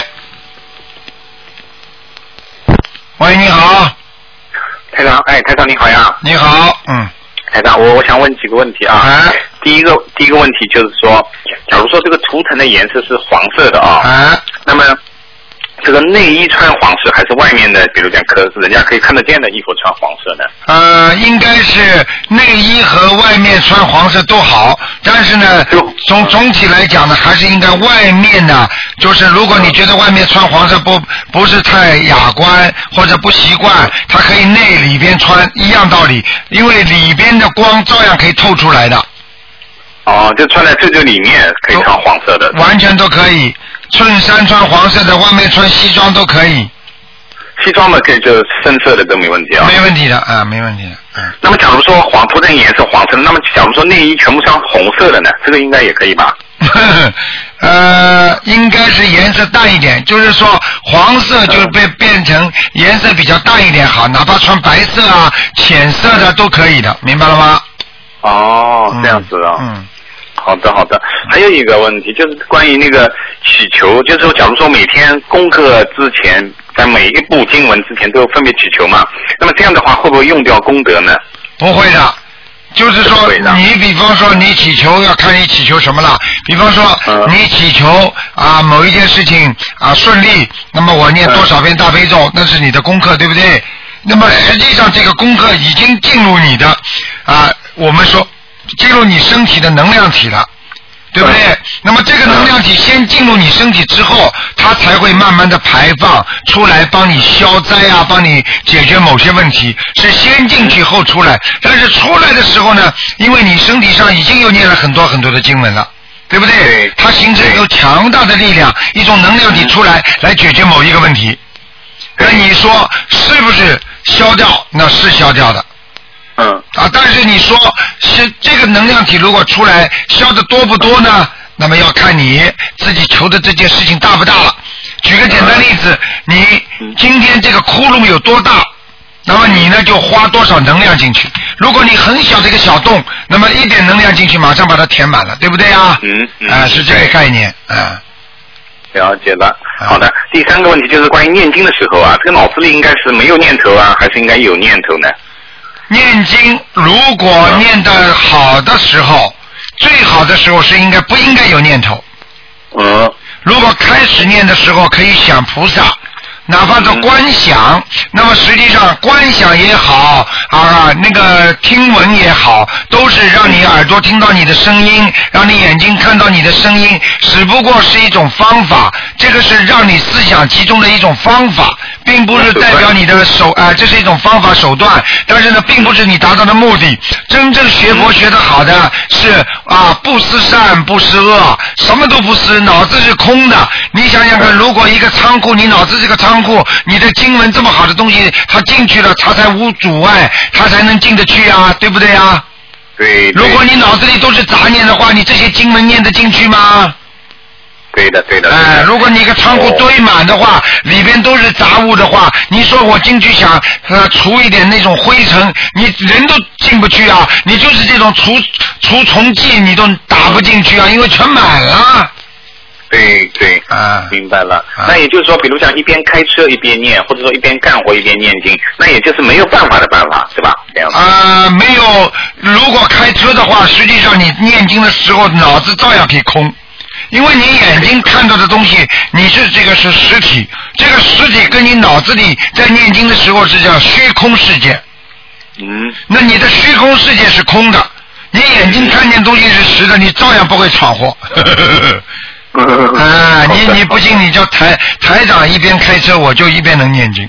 喂，你好。 台长，哎，台长你好呀。 你好，嗯。 台长，我我想问几个问题啊。 哎、 第一个第一个问题就是说，假如说这个图腾的颜色是黄色的啊， 哎、 那么这个内衣穿黄色还是外面的，比如讲可是人家可以看得见的衣服穿黄色呢？ 呃，应该是内衣和外面穿黄色都好，但是呢，总总体来讲呢，还是应该外面呢，就是如果你觉得外面穿黄色不不是太雅观或者不习惯，它可以内里边穿一样道理，因为里边的光照样可以透出来的。 哦，就穿在这就里面可以穿黄色的。 完全都可以，衬衫穿黄色的，外面穿西装都可以。 西装的可以就是深色的都没问题啊。 没问题的啊，没问题的。嗯。 那么假如说黄图腾颜色黄色的，那么假如说内衣全部穿红色的呢？这个应该也可以吧？ 呃，应该是颜色淡一点，就是说黄色就被变成颜色比较淡一点好，哪怕穿白色啊、浅色的都可以的，明白了吗？ 哦，这样子啊。嗯。好的，好的。还有一个问题就是关于那个祈求，就是说，假如说每天功课之前，在每一部经文之前都分别祈求嘛，那么这样的话会不会用掉功德呢？ 不会的，就是说，你比方说你祈求要看你祈求什么了。比方说，嗯、你祈求啊某一件事情啊顺利，那么我念多少遍大悲咒，嗯、那是你的功课，对不对？那么实际上这个功课已经进入你的啊，我们说。进入你身体的能量体了，对不对？嗯、那么这个能量体先进入你身体之后，它才会慢慢的排放出来，帮你消灾啊，帮你解决某些问题，是先进去后出来。但是出来的时候呢，因为你身体上已经有念了很多很多的经文了，对不对？对，它形成一种强大的力量，一种能量体出来来解决某一个问题。那你说是不是消掉？那是消掉的。嗯啊，但是你说是这个能量体如果出来消的多不多呢？那么要看你自己求的这件事情大不大了。举个简单例子，你今天这个窟窿有多大，那么你呢就花多少能量进去。如果你很小的一个小洞，那么一点能量进去，马上把它填满了，对不对啊？嗯嗯。啊，是这个概念啊。 了解了。好的，第三个问题就是关于念经的时候啊，这个脑子里应该是没有念头啊，还是应该有念头呢？ 念经如果念得好的时候，最好的时候是应该不应该有念头。 嗯。 如果开始念的时候可以想菩萨，哪怕是观想，嗯、那么实际上观想也好啊，那个听闻也好，都是让你耳朵听到你的声音，让你眼睛看到你的声音，只不过是一种方法，这个是让你思想集中的一种方法，并不是代表你的手啊、呃，这是一种方法手段，但是呢，并不是你达到的目的。真正学佛学得好的是啊，不思善不思恶，什么都不思，脑子是空的。你想想看，如果一个仓库，你脑子这个仓库，你的经文这么好的东西，它进去了，它才无阻碍，它才能进得去啊，对不对啊？ 对。 如果你脑子里都是杂念的话，你这些经文念得进去吗？ 对的，对的。 哎，如果你一个仓库堆满的话，哦、里边都是杂物的话，你说我进去想呃除一点那种灰尘，你人都进不去啊！你就是这种除除虫剂，你都打不进去啊，因为全满了。 对对，啊，明白了。啊、那也就是说，比如讲一边开车一边念，或者说一边干活一边念经，那也就是没有办法的办法，是吧？这样子。 啊、呃，没有。如果开车的话，实际上你念经的时候脑子照样可以空。 因为你眼睛看到的东西，你是这个是实体，这个实体跟你脑子里在念经的时候是叫虚空世界。 嗯。 那你的虚空世界是空的，你眼睛看见东西是实的，你照样不会闯祸。啊，你你不信，你叫台台长一边开车，我就一边能念经。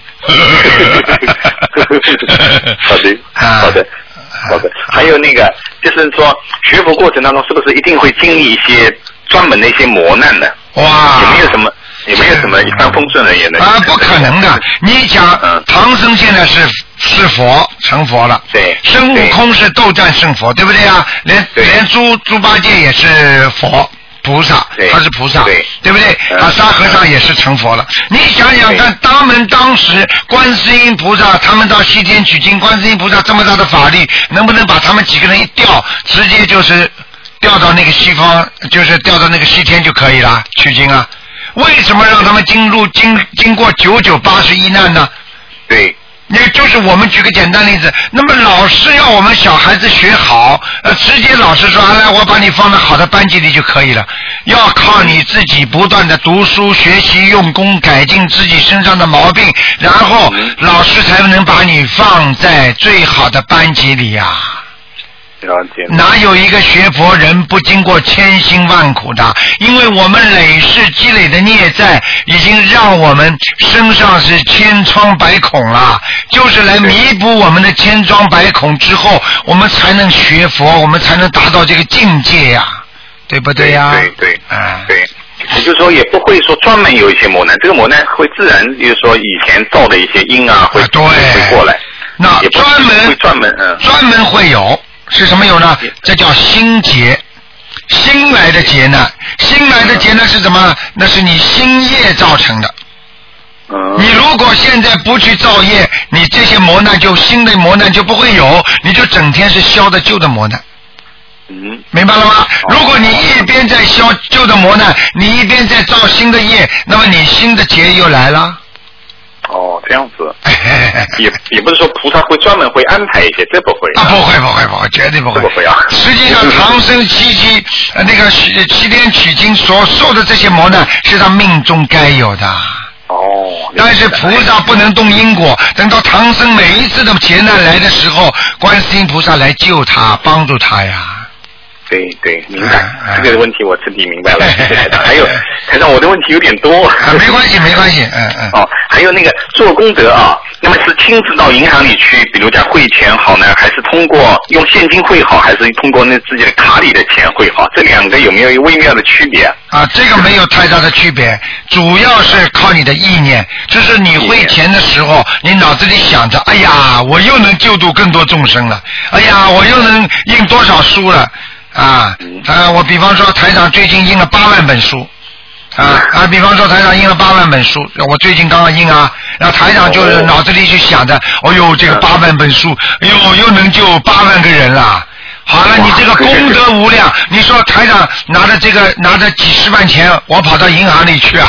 好的，好的，好的。还有那个，就是说学佛过程当中，是不是一定会经历一些专门的一些磨难呢？ 哇！ 有没有什么？有没有什么一帆风顺的也能？ 啊，不可能的！你讲，嗯、唐僧现在是是佛成佛了， 对， 孙悟空是斗战胜佛，对不对啊？连连猪猪八戒也是佛。菩萨，他是菩萨，对，对不对？啊，沙和尚也是成佛了。你想想看，当门当时观世音菩萨他们到西天取经，观世音菩萨这么大的法力，能不能把他们几个人一调，直接就是调到那个西方，就是调到那个西天就可以了取经啊？为什么让他们经入经经过九九八十一难呢？ 对。 那就是我们举个简单例子，那么老师要我们小孩子学好，呃，直接老师说，来，我把你放到好的班级里就可以了。要靠你自己不断的读书学习，用功改进自己身上的毛病，然后老师才能把你放在最好的班级里呀、啊。哪有一个学佛人不经过千辛万苦的？因为我们累世积累的孽债，已经让我们身上是千疮百孔了。就是来弥补我们的千疮百孔之后，我们才能学佛，我们才能达到这个境界呀、啊，对不对呀、啊？ 对对，啊，对。也就是说，也不会说专门有一些磨难，这个磨难会自然，就是说以前造的一些因啊，会、啊、对会过来。 那专门会专门嗯， 专门会有。是什么有呢？这叫心结，新来的劫难，新来的劫难是什么？那是你新业造成的。你如果现在不去造业，你这些磨难就新的磨难就不会有，你就整天是消的旧的磨难。 嗯， 明白了吗？如果你一边在消旧的磨难，你一边在造新的业，那么你新的劫又来了。 哦，这样子，也也不是说菩萨会专门会安排一些，这不会啊，不会不会不会，绝对不会， 不会啊。 实际上，唐僧七七呃那个七天取经所受的这些磨难，是他命中该有的。 哦， 但是菩萨不能动因果，等到唐僧每一次的劫难来的时候，观世音菩萨来救他，帮助他呀。 对对，明白、啊、这个问题我彻底明白了，谢谢台长。还有台长，我的问题有点多。 啊、没关系，没关系，嗯嗯。 哦，还有那个做功德啊，那么是亲自到银行里去，比如讲汇钱好呢，还是通过用现金汇好，还是通过那自己的卡里的钱汇好？这两个有没有一个微妙的区别？ 啊，这个没有太大的区别，主要是靠你的意念。就是你汇钱的时候，你脑子里想着，哎呀，我又能救度更多众生了，哎呀，我又能印多少书了。啊，啊，我比方说台长最近印了八万本书，啊啊，比方说台长印了八万本书，我最近刚刚印啊，然后台长就是脑子里就想着，哦呦，这个八万本书，哎呦，又能救八万个人了。好了，你这个功德无量，你说台长拿着这个拿着几十万钱，我跑到银行里去啊，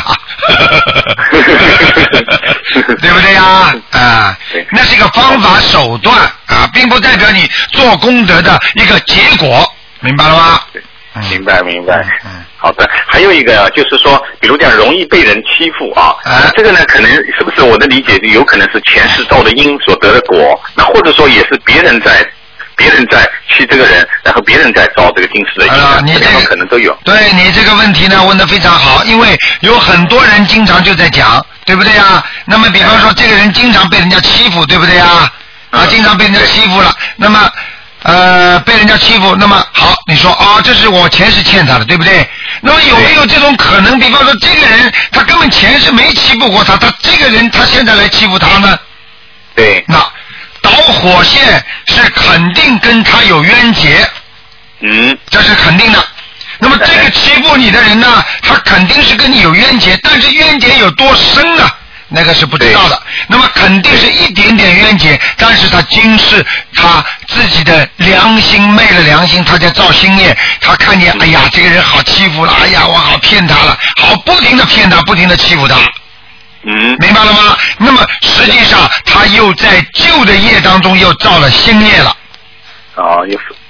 对不对呀？啊，那是一个方法手段啊，并不代表你做功德的一个结果。明白了吗？ 明白明白。嗯，好的。还有一个就是说，比如讲容易被人欺负啊，啊这个呢，可能是不是我的理解，有可能是前世造的因所得的果，那或者说也是别人在别人在欺这个人，然后别人在造这个今世的因， 啊，你这个可能都有。 对你这个问题呢问得非常好，因为有很多人经常就在讲，对不对呀？那么比方说这个人经常被人家欺负，对不对呀？啊，经常被人家欺负了，那么。呃，被人家欺负，那么好，你说啊、哦，这是我钱是欠他的，对不对？那么有没有这种可能？比方说，这个人他根本钱是没欺负过他，他这个人他现在来欺负他呢？ 对。 那导火线是肯定跟他有冤结， 嗯， 这是肯定的。那么这个欺负你的人呢，他肯定是跟你有冤结，但是冤结有多深呢？那个是不知道的，那么肯定是一点点冤结，但是他今世他自己的良心昧了良心，他在造新业，他看见哎呀这个人好欺负了，哎呀我好骗他了，好不停的骗他，不停的欺负他， 嗯， 明白了吗？那么实际上他又在旧的业当中又造了新业了， 哦，又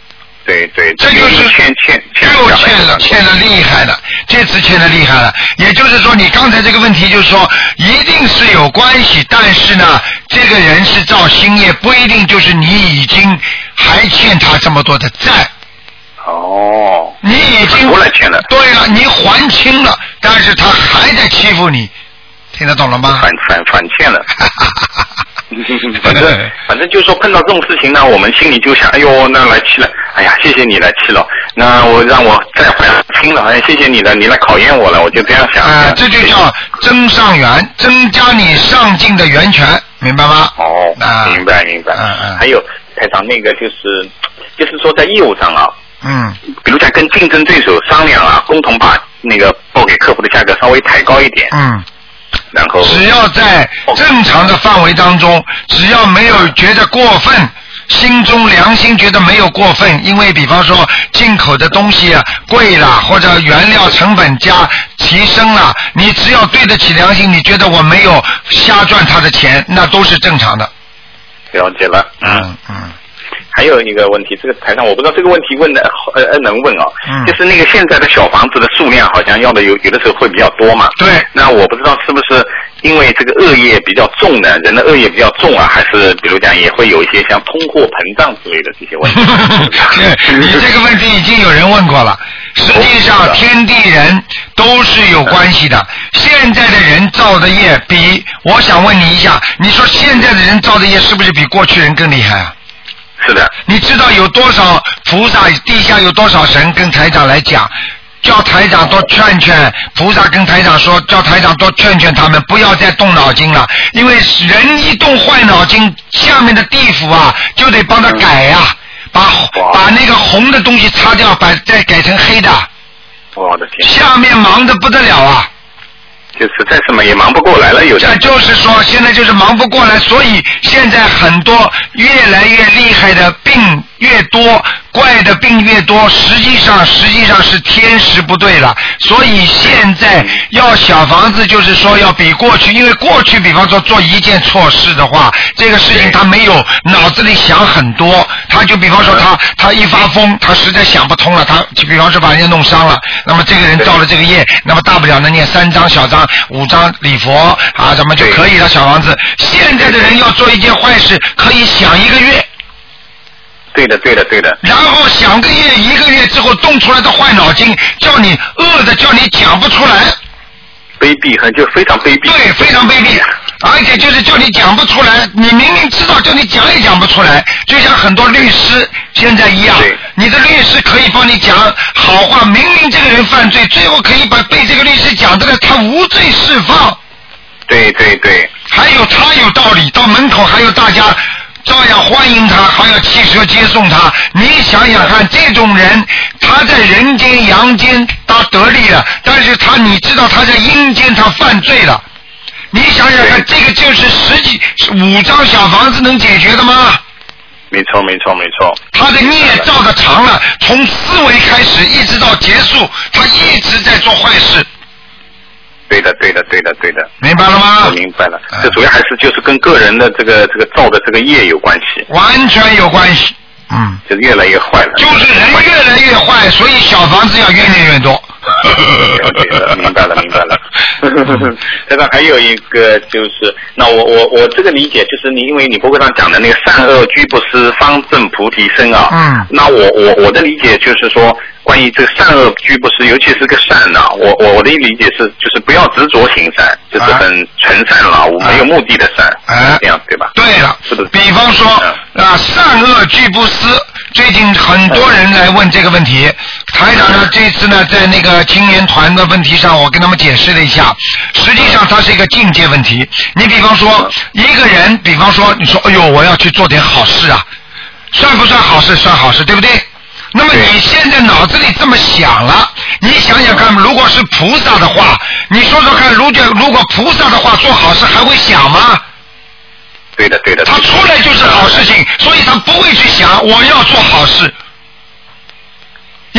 对对， 这就是欠欠欠又欠了欠了厉害了，这次欠了厉害了。也就是说，你刚才这个问题就是说，一定是有关系，但是呢，这个人是造新业，不一定就是你已经还欠他这么多的债。 哦， 你已经过来欠了。 对了，你还清了，但是他还在欺负你，听得懂了吗？ 反反反欠了。反正反正就是说碰到这种事情呢，我们心里就想，哎呦，那来气了，哎呀，谢谢你来气了，那我让我再还清了，哎，谢谢你了，你来考验我了，我就这样想。 啊、呃，这就叫增上缘，增加你上进的源泉，明白吗？ 哦，啊、明白明白。嗯嗯。还有台长，那个就是就是说在业务上啊， 嗯， 比如讲跟竞争对手商量啊，共同把那个报给客户的价格稍微抬高一点。 嗯。 然后只要在正常的范围当中，只要没有觉得过分，心中良心觉得没有过分，因为比方说进口的东西啊贵了，或者原料成本加提升了，你只要对得起良心，你觉得我没有瞎赚他的钱，那都是正常的。 了解了， 嗯嗯。 还有一个问题，这个台上我不知道这个问题问的呃呃能问哦， 嗯、 就是那个现在的小房子的数量好像要的有有的时候会比较多嘛。 对。 那我不知道是不是因为这个恶业比较重的，人的恶业比较重啊，还是比如讲也会有一些像通货膨胀之类的这些问题。 你这个问题已经有人问过了，实际上天地人都是有关系的。现在的人造的业比，我想问你一下，你说现在的人造的业是不是比过去人更厉害啊？ 是的。 你知道有多少菩萨，地下有多少神跟台长来讲，叫台长多劝劝菩萨，跟台长说，叫台长多劝劝他们不要再动脑筋了，因为人一动坏脑筋，下面的地府啊就得帮他改呀、啊，把把那个红的东西擦掉，把再改成黑的。 我的天！ 下面忙得不得了啊！ 就实在是嘛也忙不过来了，有点。就是说，现在就是忙不过来，所以现在很多越来越厉害的病越多，怪的病越多，实际上实际上是天时不对了。所以现在要小房子，就是说要比过去，因为过去比方说做一件错事的话，这个事情他没有脑子里想很多，他就比方说他他一发疯，他实在想不通了，他就比方说把人家弄伤了，那么这个人造了这个业，那么大不了呢念三张小张五张礼佛啊，咱们就可以了。小房子，现在的人要做一件坏事，可以想一个月。 对的，对的，对的。 然后想个月，一个月之后动出来的坏脑筋，叫你饿的，叫你讲不出来。 卑鄙，很就非常卑鄙。 对，非常卑鄙，而且就是叫你讲不出来，你明明知道，叫你讲也讲不出来。就像很多律师现在一样，你的律师可以帮你讲好话，明明这个人犯罪，最后可以把被这个律师讲的他无罪释放。 对对对。 还有他有道理，到门口还有大家照样欢迎他，还要汽车接送他。你想想看，这种人他在人间阳间他得利了，但是他你知道他在阴间他犯罪了。你想想看，这个就是十几五张小房子能解决的吗？ 没错没错没错。 他的孽造的长了，从思维开始一直到结束，他一直在做坏事。 对的，对的，对的，对的， 明白了吗？ 我明白了，这主要还是就是跟个人的这个这个造的这个业有关系， 完全有关系。嗯， 就越来越坏了。 就是人越来越坏，所以小房子要越念越多。 了解了，明白了，明白了。这个还有一个就是，那我我我这个理解就是你，因为你博客上讲的那个善恶居不思，方正菩提生啊。 嗯。 那我我我的理解就是说，关于这个善恶居不思，尤其是个善呐、啊，我我我的理解是，就是不要执着行善，就是很纯善了，我、啊、没有目的的善， 啊、 这样对吧？ 对了， 是的。 比方说、嗯、啊，善恶居不思，最近很多人来问这个问题，台长呢这次呢在那个青年团的问题上，我跟他们解释了一下，实际上它是一个境界问题。你比方说一个人，比方说你说，哎呦，我要去做点好事啊，算不算好事？算好事，对不对？那么你现在脑子里这么想了，你想想看，如果是菩萨的话，你说说看，如果如果菩萨的话做好事还会想吗？ 对的，对的。 他出来就是好事情，所以他不会去想我要做好事。因为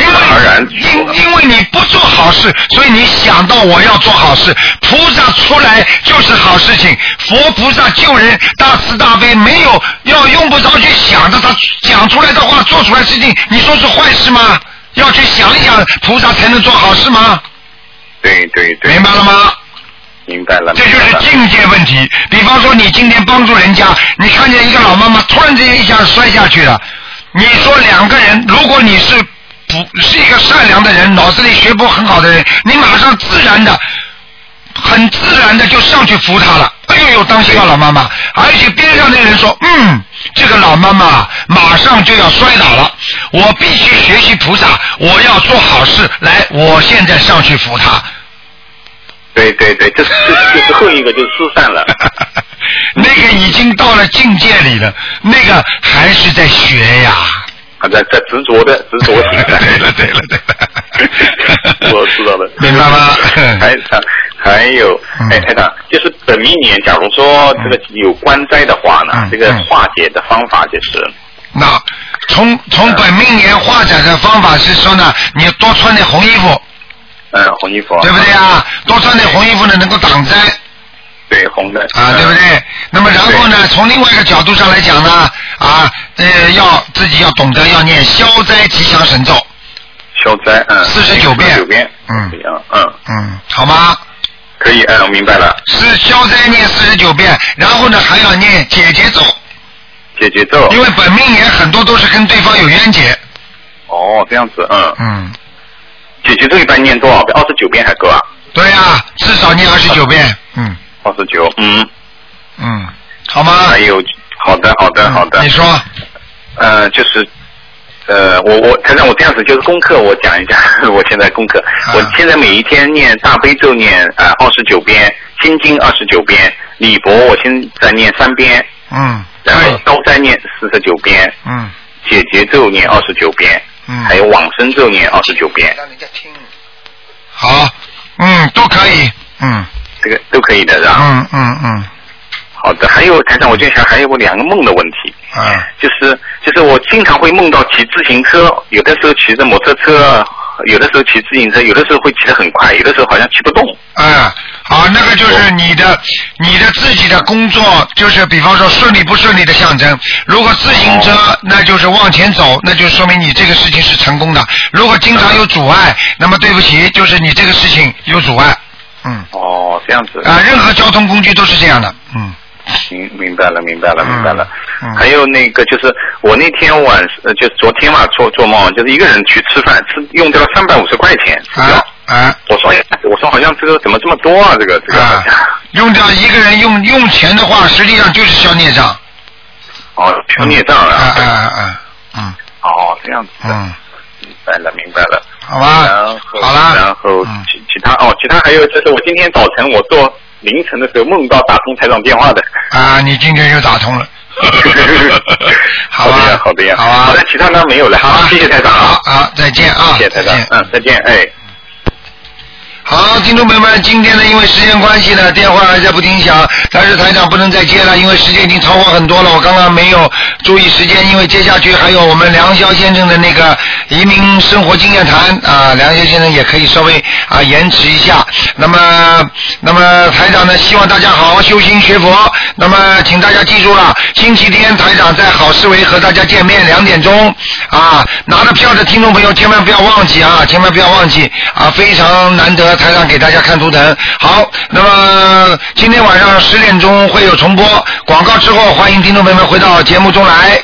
然。 因因为你不做好事，所以你想到我要做好事，菩萨出来就是好事情。佛菩萨救人大慈大悲，没有要用不着去想着他讲出来的话，做出来事情，你说是坏事吗？要去想一想，菩萨才能做好事吗？ 对对对。 明白了吗？ 明白了。 这就是境界问题。比方说，你今天帮助人家，你看见一个老妈妈突然之间一下摔下去了，你说两个人，如果你是不是一个善良的人，脑子里学不很好的人，你马上自然的、很自然的就上去扶她了。哎呦呦，当心啊，老妈妈！而且边上那个人说：“嗯，这个老妈妈马上就要摔倒了，我必须学习菩萨，我要做好事。来，我现在上去扶她。” 对对对，这是这是后一个就是疏散了。 那个已经到了境界里了，那个还是在学呀。 还在在执着的执着性。 对了对了对了。 我知道了。 明白吗？ 还还有，哎，台长，就是本命年，假如说这个有官灾的话呢， 嗯、 这个化解的方法就是。 那从从本命年化解的方法是说呢，你多穿点红衣服。 嗯，红衣服。 对不对啊？多穿点红衣服呢，能够挡灾。 对，红的。 啊，对不对？那么然后呢，从另外一个角度上来讲呢，啊，呃，要自己要懂得要念消灾吉祥神咒。 消灾，嗯。 四十九遍。 四十九遍。 嗯。 嗯。 嗯，好吗？ 可以，嗯，我明白了。 是消灾念四十九遍，然后呢还要念解结咒。 解结咒。 因为本命年很多都是跟对方有冤结。 哦，这样子，嗯。 嗯。 解结咒一般念多少遍？二十九遍还够啊？ 对呀、啊，至少念二十九遍。嗯。 二十九，嗯。 嗯，好吗？ 还有，好的，好的，好的。 你说。 呃，就是，呃，我我台长，我这样子就是功课，我讲一下，我现在功课，啊、我现在每一天念大悲咒念呃二十九遍，心经二十九遍，礼佛我现在念三遍。 嗯。 然后消灾念四十九遍。 嗯。 解结咒念二十九遍。 嗯， 还有往生咒念二十九遍。 让人家听。好，嗯，都可以，嗯， 这个都可以的，是吧？ 嗯嗯嗯。 好的，还有台长，我就想还有我两个梦的问题。 啊。 就是就是我经常会梦到骑自行车，有的时候骑着摩托车，有的时候骑自行车，有的时候会骑得很快，有的时候好像骑不动。 啊，好，那个就是你的你的自己的工作，就是比方说顺利不顺利的象征。如果自行车，哦、那就是往前走，那就说明你这个事情是成功的。如果经常有阻碍，那么对不起，就是你这个事情有阻碍。嗯。 哦，这样子。 啊，任何交通工具都是这样的。嗯。 明明白了，明白了，明白了。 嗯嗯、 还有那个就是我那天晚呃，就昨天嘛做做梦，就是一个人去吃饭，吃用掉了三百五十块钱。 啊啊！ 我说我说好像这个怎么这么多啊？这个这个。 啊、用掉一个人用用钱的话，实际上就是消孽障。 哦，消孽障啊！ 啊啊啊！嗯。 哦，这样子。 嗯。 明白了，明白了。 好吧。 然后好了。 然后其其他哦，其他还有就是我今天早晨我做。凌晨的时候梦到打通台长电话的啊，你今天就打通了，好吧， 好的呀， 好啊， 好的，其他呢没有了，好，谢谢台长， 好，好，再见啊， 谢谢台长，嗯，再见，哎。 好，听众朋友们，今天呢，因为时间关系呢，电话还在不停响，但是台长不能再接了，因为时间已经超过很多了。我刚刚没有注意时间，因为接下去还有我们梁霄先生的那个移民生活经验谈啊，梁霄先生也可以稍微啊延迟一下。那么，那么台长呢，希望大家好好修心学佛。那么，请大家记住了，星期天台长在好思维和大家见面，两点钟啊，拿了票的听众朋友千万不要忘记啊，千万不要忘记啊，非常难得。台上给大家看图腾。好，那么今天晚上十点钟会有重播广告之后，欢迎听众朋友们回到节目中来。